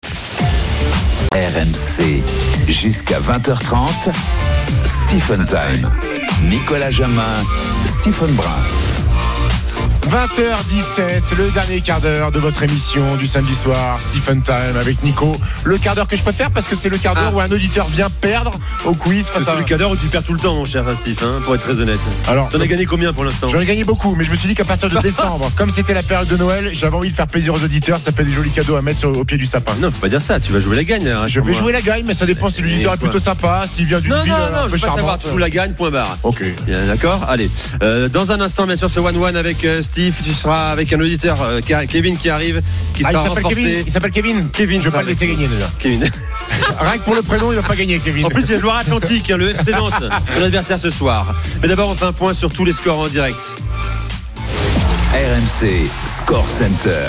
RMC jusqu'à 20h30, Stephen Time. Nicolas Jamin, Stephen Brun. 20h17, le dernier quart d'heure de votre émission du samedi soir, Stephen Time avec Nico. Le quart d'heure que je préfère parce que c'est le quart d'heure où un auditeur vient perdre au quiz. C'est le quart d'heure où tu perds tout le temps, mon cher Steve, pour être très honnête. Alors, t'en as gagné combien pour l'instant? J'en ai gagné beaucoup, mais je me suis dit qu'à partir de décembre, comme c'était la période de Noël, j'avais envie de faire plaisir aux auditeurs. Ça fait des jolis cadeaux à mettre au pied du sapin. Non, faut pas dire ça. Tu vas jouer la gagne. Je vais jouer la gagne, mais ça dépend si l'auditeur est plutôt sympa, s'il vient d'une ville un peu je veux pas savoir. Tu joues la gagne, point barre. Ok. Bien, d'accord. Allez. Dans un instant, bien sûr, ce 1-1 avec Steve. Tu seras avec un auditeur, Kevin, qui arrive, qui sera renforcé. Il s'appelle Kevin. Kevin. Je vais pas le laisser gagner déjà. Kevin. Rien que pour le prénom, il va pas gagner, Kevin. En plus, il y a Loire-Atlantique, le FC Nantes, son adversaire ce soir. Mais d'abord, on fait un point sur tous les scores en direct. RMC Score Center.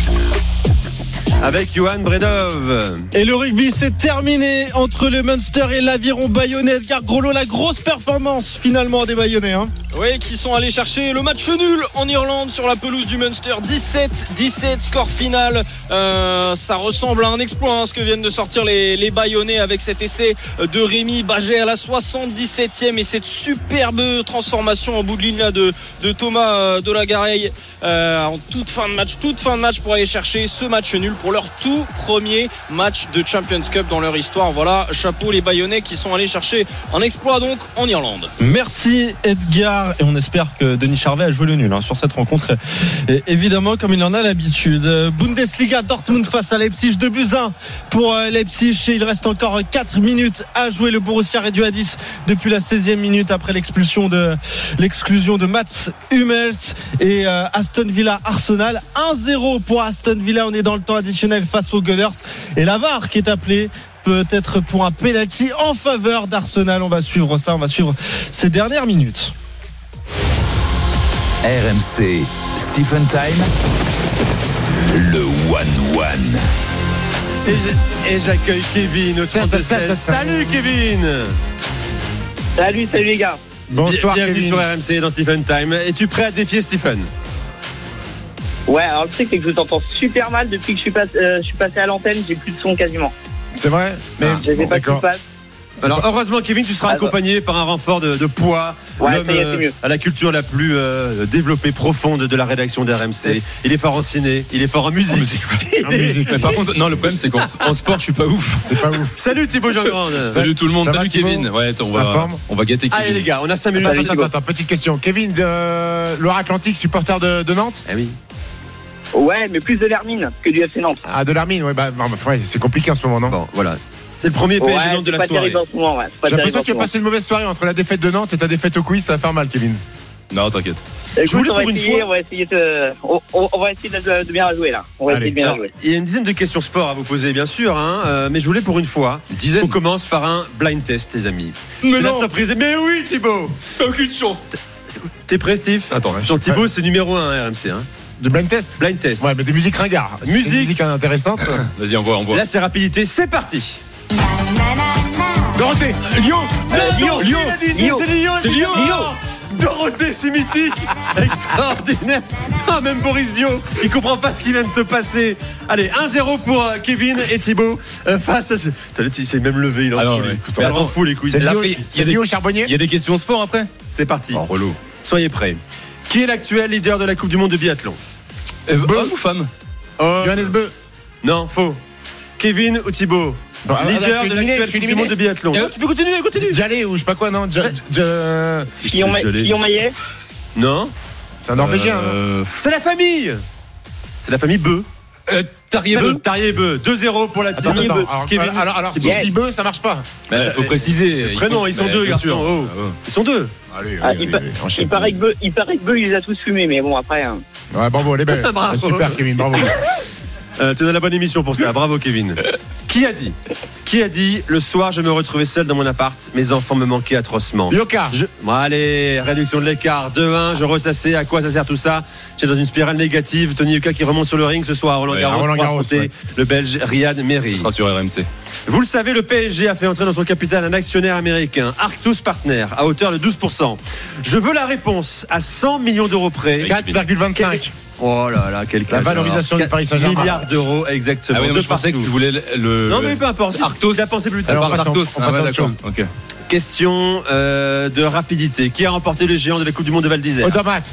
Avec Johan Bredov. Et le rugby c'est terminé entre le Munster et l'Aviron Bayonnais. Edgar Groslo, la grosse performance finalement des Bayonnais. Oui, qui sont allés chercher le match nul en Irlande sur la pelouse du Munster. 17, score final. Ça ressemble à un exploit, ce que viennent de sortir les Bayonnais avec cet essai de Rémi Baget à la 77e et cette superbe transformation en bout de ligne là de Thomas Delagareille en toute fin de match pour aller chercher ce match nul pour leur tout premier match de Champions Cup dans leur histoire. Voilà, chapeau les Bayonnais qui sont allés chercher un exploit donc en Irlande. Merci Edgar, et on espère que Denis Charvet a joué le nul sur cette rencontre, et évidemment comme il en a l'habitude. Bundesliga, Dortmund face à Leipzig, 2-1 pour Leipzig, et il reste encore 4 minutes à jouer. Le Borussia réduit à 10 depuis la 16e minute après l'exclusion de Mats Hummels. Et Aston Villa Arsenal, 1-0 pour Aston Villa. On est dans le temps additionnel face aux Gunners, et la VAR qui est appelée peut-être pour un penalty en faveur d'Arsenal. On va suivre ça, on va suivre ces dernières minutes. RMC Stephen Time, le 1-1. Et j'accueille Kevin au 32-16. Salut Kevin. Salut les gars. Bonsoir Bienvenue Kevin. sur RMC dans Stephen Time. Es-tu prêt à défier Stephen? Ouais, alors le truc c'est que je t'entends super mal depuis que je suis passé à l'antenne, j'ai plus de son quasiment. C'est vrai, mais je sais pas ce qui se passe. Alors heureusement Kevin, tu seras accompagné par un renfort de poids. Ouais, l'homme ça y est, c'est mieux. à la culture la plus développée, profonde de la rédaction d'RMC. Il est fort en ciné, il est fort en musique. Mais par contre, non, le problème c'est qu'en sport, je suis pas ouf. C'est pas ouf. Salut Thibaut Jean-Grande. Salut tout le monde, Ça salut va, Thibaut? Kevin. Ouais, on va gâter Kevin. Allez les gars, on a 5 minutes. Attends, petite question. Kevin, Loire-Atlantique, supporter de Nantes? Eh oui. Ouais, mais plus de l'Hermine que du FC Nantes. Ah, de l'Hermine, ouais, c'est compliqué en ce moment, non? Bon, voilà. C'est le premier PSG Nantes de la soirée. J'ai l'impression que tu as passé une mauvaise soirée entre la défaite de Nantes et ta défaite au quiz, ça va faire mal, Kevin. Non, t'inquiète. Écoute, on va essayer de bien jouer là. Il y a une dizaine de questions sport à vous poser, bien sûr, mais je voulais pour une fois. On commence par un blind test, les amis. Mais c'est non. la surprise. Mais oui, Thibaut. T'as aucune chance. T'es prêt, Steve? Attends, sur Thibaut, c'est numéro 1 RMC. De blind test? Blind test. Ouais, mais des musiques ringards. Musique intéressante. Vas-y, envoie. Là, c'est rapidité. C'est parti. Dorothée. Lyon. Lyon. C'est Lyon. Dorothée, c'est mythique. Extraordinaire. Ah, même Boris Dio, il comprend pas ce qui vient de se passer. Allez, 1-0 pour Kevin et Thibaut face à il s'est même levé, il en fout les couilles. C'est Lyon Charbonnier. Il y a des questions sport après? C'est parti. Oh, relou. Soyez prêts. Qui est l'actuel leader de la Coupe du Monde de biathlon? Homme ou femme? Johannes Beu. Non, faux. Kevin ou Thibaut? Leader de l'actuelle Coupe du Monde de biathlon. Tu peux continuer, continue. Jalé ou je sais pas quoi, non? Fillon Maillet. Non. C'est un Norvégien. C'est la famille. C'est la famille Beu. Tarier-Beu. 2-0 pour la team. Attends, Kevin. Alors si je dis Beu, ça marche pas. Il faut préciser. Prénom, ils sont deux, garçons. Ils sont deux. Allez, Il paraît que Beu, il les a tous fumés, mais bon, après. Ouais, bravo, elle est belle. Bravo. Super, Kevin, bravo. Tu as la bonne émission pour ça. Bravo, Kevin. Qui a dit le soir, je me retrouvais seul dans mon appart, mes enfants me manquaient atrocement. Yoka. Bon, allez, réduction de l'écart. 2-1, je ressassais. À quoi ça sert tout ça? J'étais dans une spirale négative. Tony Yoka qui remonte sur le ring ce soir. Roland Garros, le Belge Riyad Mehri. Ce sera sur RMC. Vous le savez, le PSG a fait entrer dans son capital un actionnaire américain, Arctus Partners, à hauteur de 12%. Je veux la réponse à 100 millions d'euros près. 4,25. Oh là là, la valorisation du Paris Saint-Germain. Milliards d'euros, exactement. Ah oui, je pensais que tu voulais le. Non, mais peu importe. Arctos. Il a pensé plus tard. Alors, Arctos. On passe à autre chose. Ok. Question de rapidité. Qui a remporté le géant de la Coupe du Monde de Val d'Isère? Odermatt.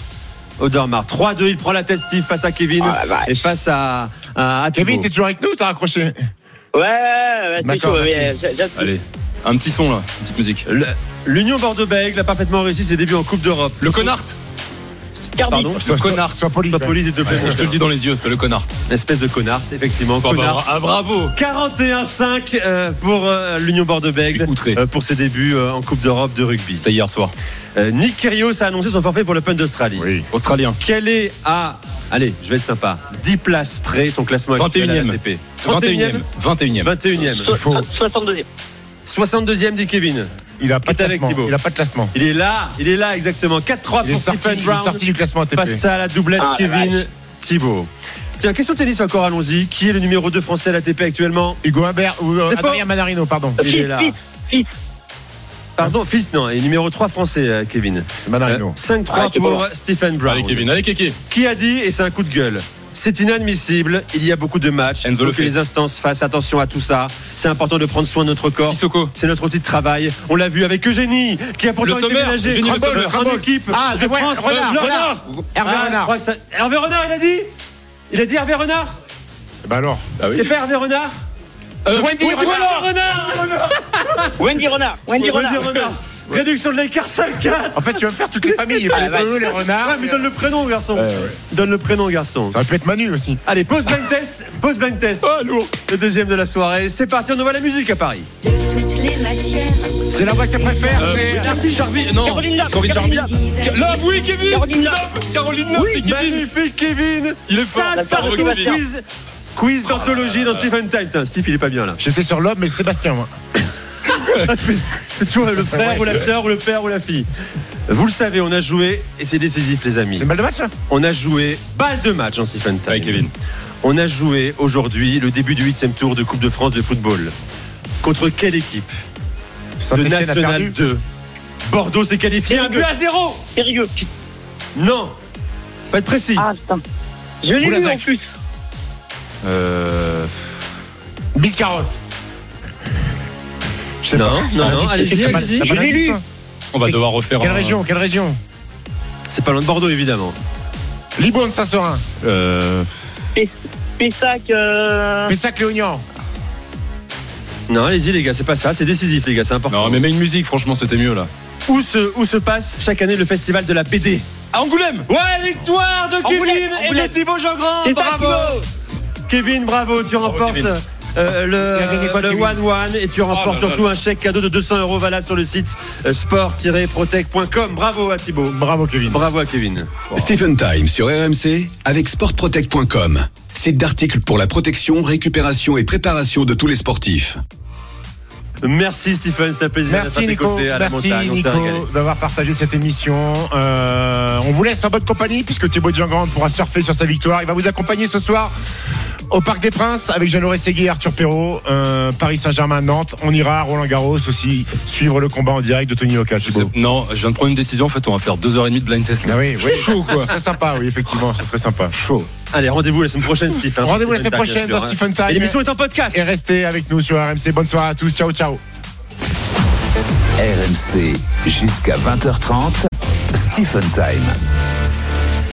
Odermatt. 3-2, il prend la tête, Steve, face à Kevin et face à Thibaut. Kevin, t'es toujours avec nous ou t'as raccroché? Ouais, d'accord. Allez, un petit son là, une petite musique. L'Union Bordeaux-Bègles a parfaitement réussi ses débuts en Coupe d'Europe. Le Connard. Pardon, le connard. Sois poli. s'il te plaît. Je te le dis dans les yeux, c'est le connard. Espèce de connard, effectivement. Connard. Bravo. 41-5 pour l'Union Bordeaux-Bègles pour ses débuts en Coupe d'Europe de rugby. C'était hier soir. Nick Kyrgios a annoncé son forfait pour l'Open d'Australie. Oui, australien. Quel est allez, je vais être sympa. 10 places près son classement actuel à l'ATP. 21e. 62e. 62e dit Kevin. Il a pas de classement. Il est là exactement. 4-3 pour Stephen Brown. Il est sorti du classement ATP. Face à la doublette Kevin Thibaut. Tiens, question tennis encore, allons-y. Qui est le numéro 2 français à l'ATP actuellement? Hugo Humbert ou Adrien Manarino, pardon. Il est là. Pardon, fils, non, et numéro 3 français, Kevin. C'est Manarino. 5-3 pour Stephen Brown. Allez, Kevin, allez, Kéké. Qui a dit, et c'est un coup de gueule, c'est inadmissible, il y a beaucoup de matchs. Il faut que les instances fassent attention à tout ça. C'est important de prendre soin de notre corps. Sissoko. C'est notre outil de travail. On l'a vu avec Eugénie, qui a pourtant été ménagé en équipe de France. Renard. Hervé Renard. Hervé Renard, il a dit Hervé Renard. Bah alors. C'est pas Hervé Renard. Wendy Renard. Réduction de l'écart 5-4. En fait, tu vas me faire toutes les familles. Les renards. Mais donne le prénom, garçon. Donne le prénom, garçon. Ça va peut être Manu aussi. Allez, pause blind test. Lourd. Le deuxième de la soirée. C'est parti, on envoie la musique à Paris. C'est la voix que tu préfères. Corinne Charby. Lob, oui, Kevin. Caroline Lob, c'est Kevin. Magnifique, Kevin. Il est fort. 5 partout. Quiz d'anthologie dans Stephen Time. Steve, il est pas bien là. J'étais sur Lob, mais Sébastien, moi. Tu fais toujours le frère ou la sœur ou le père ou la fille. Vous le savez, on a joué et c'est décisif, les amis. C'est une balle de match là. On a joué balle de match en Stephen Time. Avec Kevin. On a joué aujourd'hui le début du 8e tour de Coupe de France de football. Contre quelle équipe? De National 2. Bordeaux s'est qualifié 1-0. Périgueux. Non. Pas être précis. Ah putain. Je l'ai vu en plus. Biscarros. Non, allez-y. Je l'ai lu. On va devoir refaire. Quelle région? C'est pas loin de Bordeaux, évidemment. Libourne, Saint-Seurin. Pessac. Pessac-Léognan. Non, allez-y, les gars, c'est pas ça. C'est décisif, les gars, c'est important. Non, mais mets une musique, franchement, c'était mieux là. Où se passe chaque année le festival de la BD? À Angoulême. Ouais, victoire de Kevin et de Thibaut Jeangrand. Bravo. Kevin, bravo, tu remportes le 1-1 et tu remportes surtout un chèque cadeau de 200 € valable sur le site sport-protect.com. Bravo à Thibaut. Bravo Kevin. Bravo à Kevin. Stephen Time sur RMC avec sportprotect.com. Site d'articles pour la protection, récupération et préparation de tous les sportifs. Merci Stephen, c'est un plaisir d'être à tes côtés à la montagne. Merci Nico d'avoir partagé cette émission. On vous laisse en bonne compagnie puisque Thibaut Jeangrand pourra surfer sur sa victoire. Il va vous accompagner ce soir au Parc des Princes avec Jeannot Rességui et Arthur Perrault, Paris Saint-Germain, Nantes. On ira à Roland-Garros aussi suivre le combat en direct de Tony Oka. Non, je viens de prendre une décision. En fait, on va faire 2h30 de blind test. Ah oui, chaud quoi. Ça serait sympa, oui, effectivement, ça serait sympa. Chaud. Allez, rendez-vous la semaine prochaine, Steve. Rendez-vous la semaine prochaine dans Stephen Time. Et l'émission est en podcast. Et restez avec nous sur RMC. Bonne soirée à tous. Ciao, ciao. RMC jusqu'à 20h30. Stephen Time.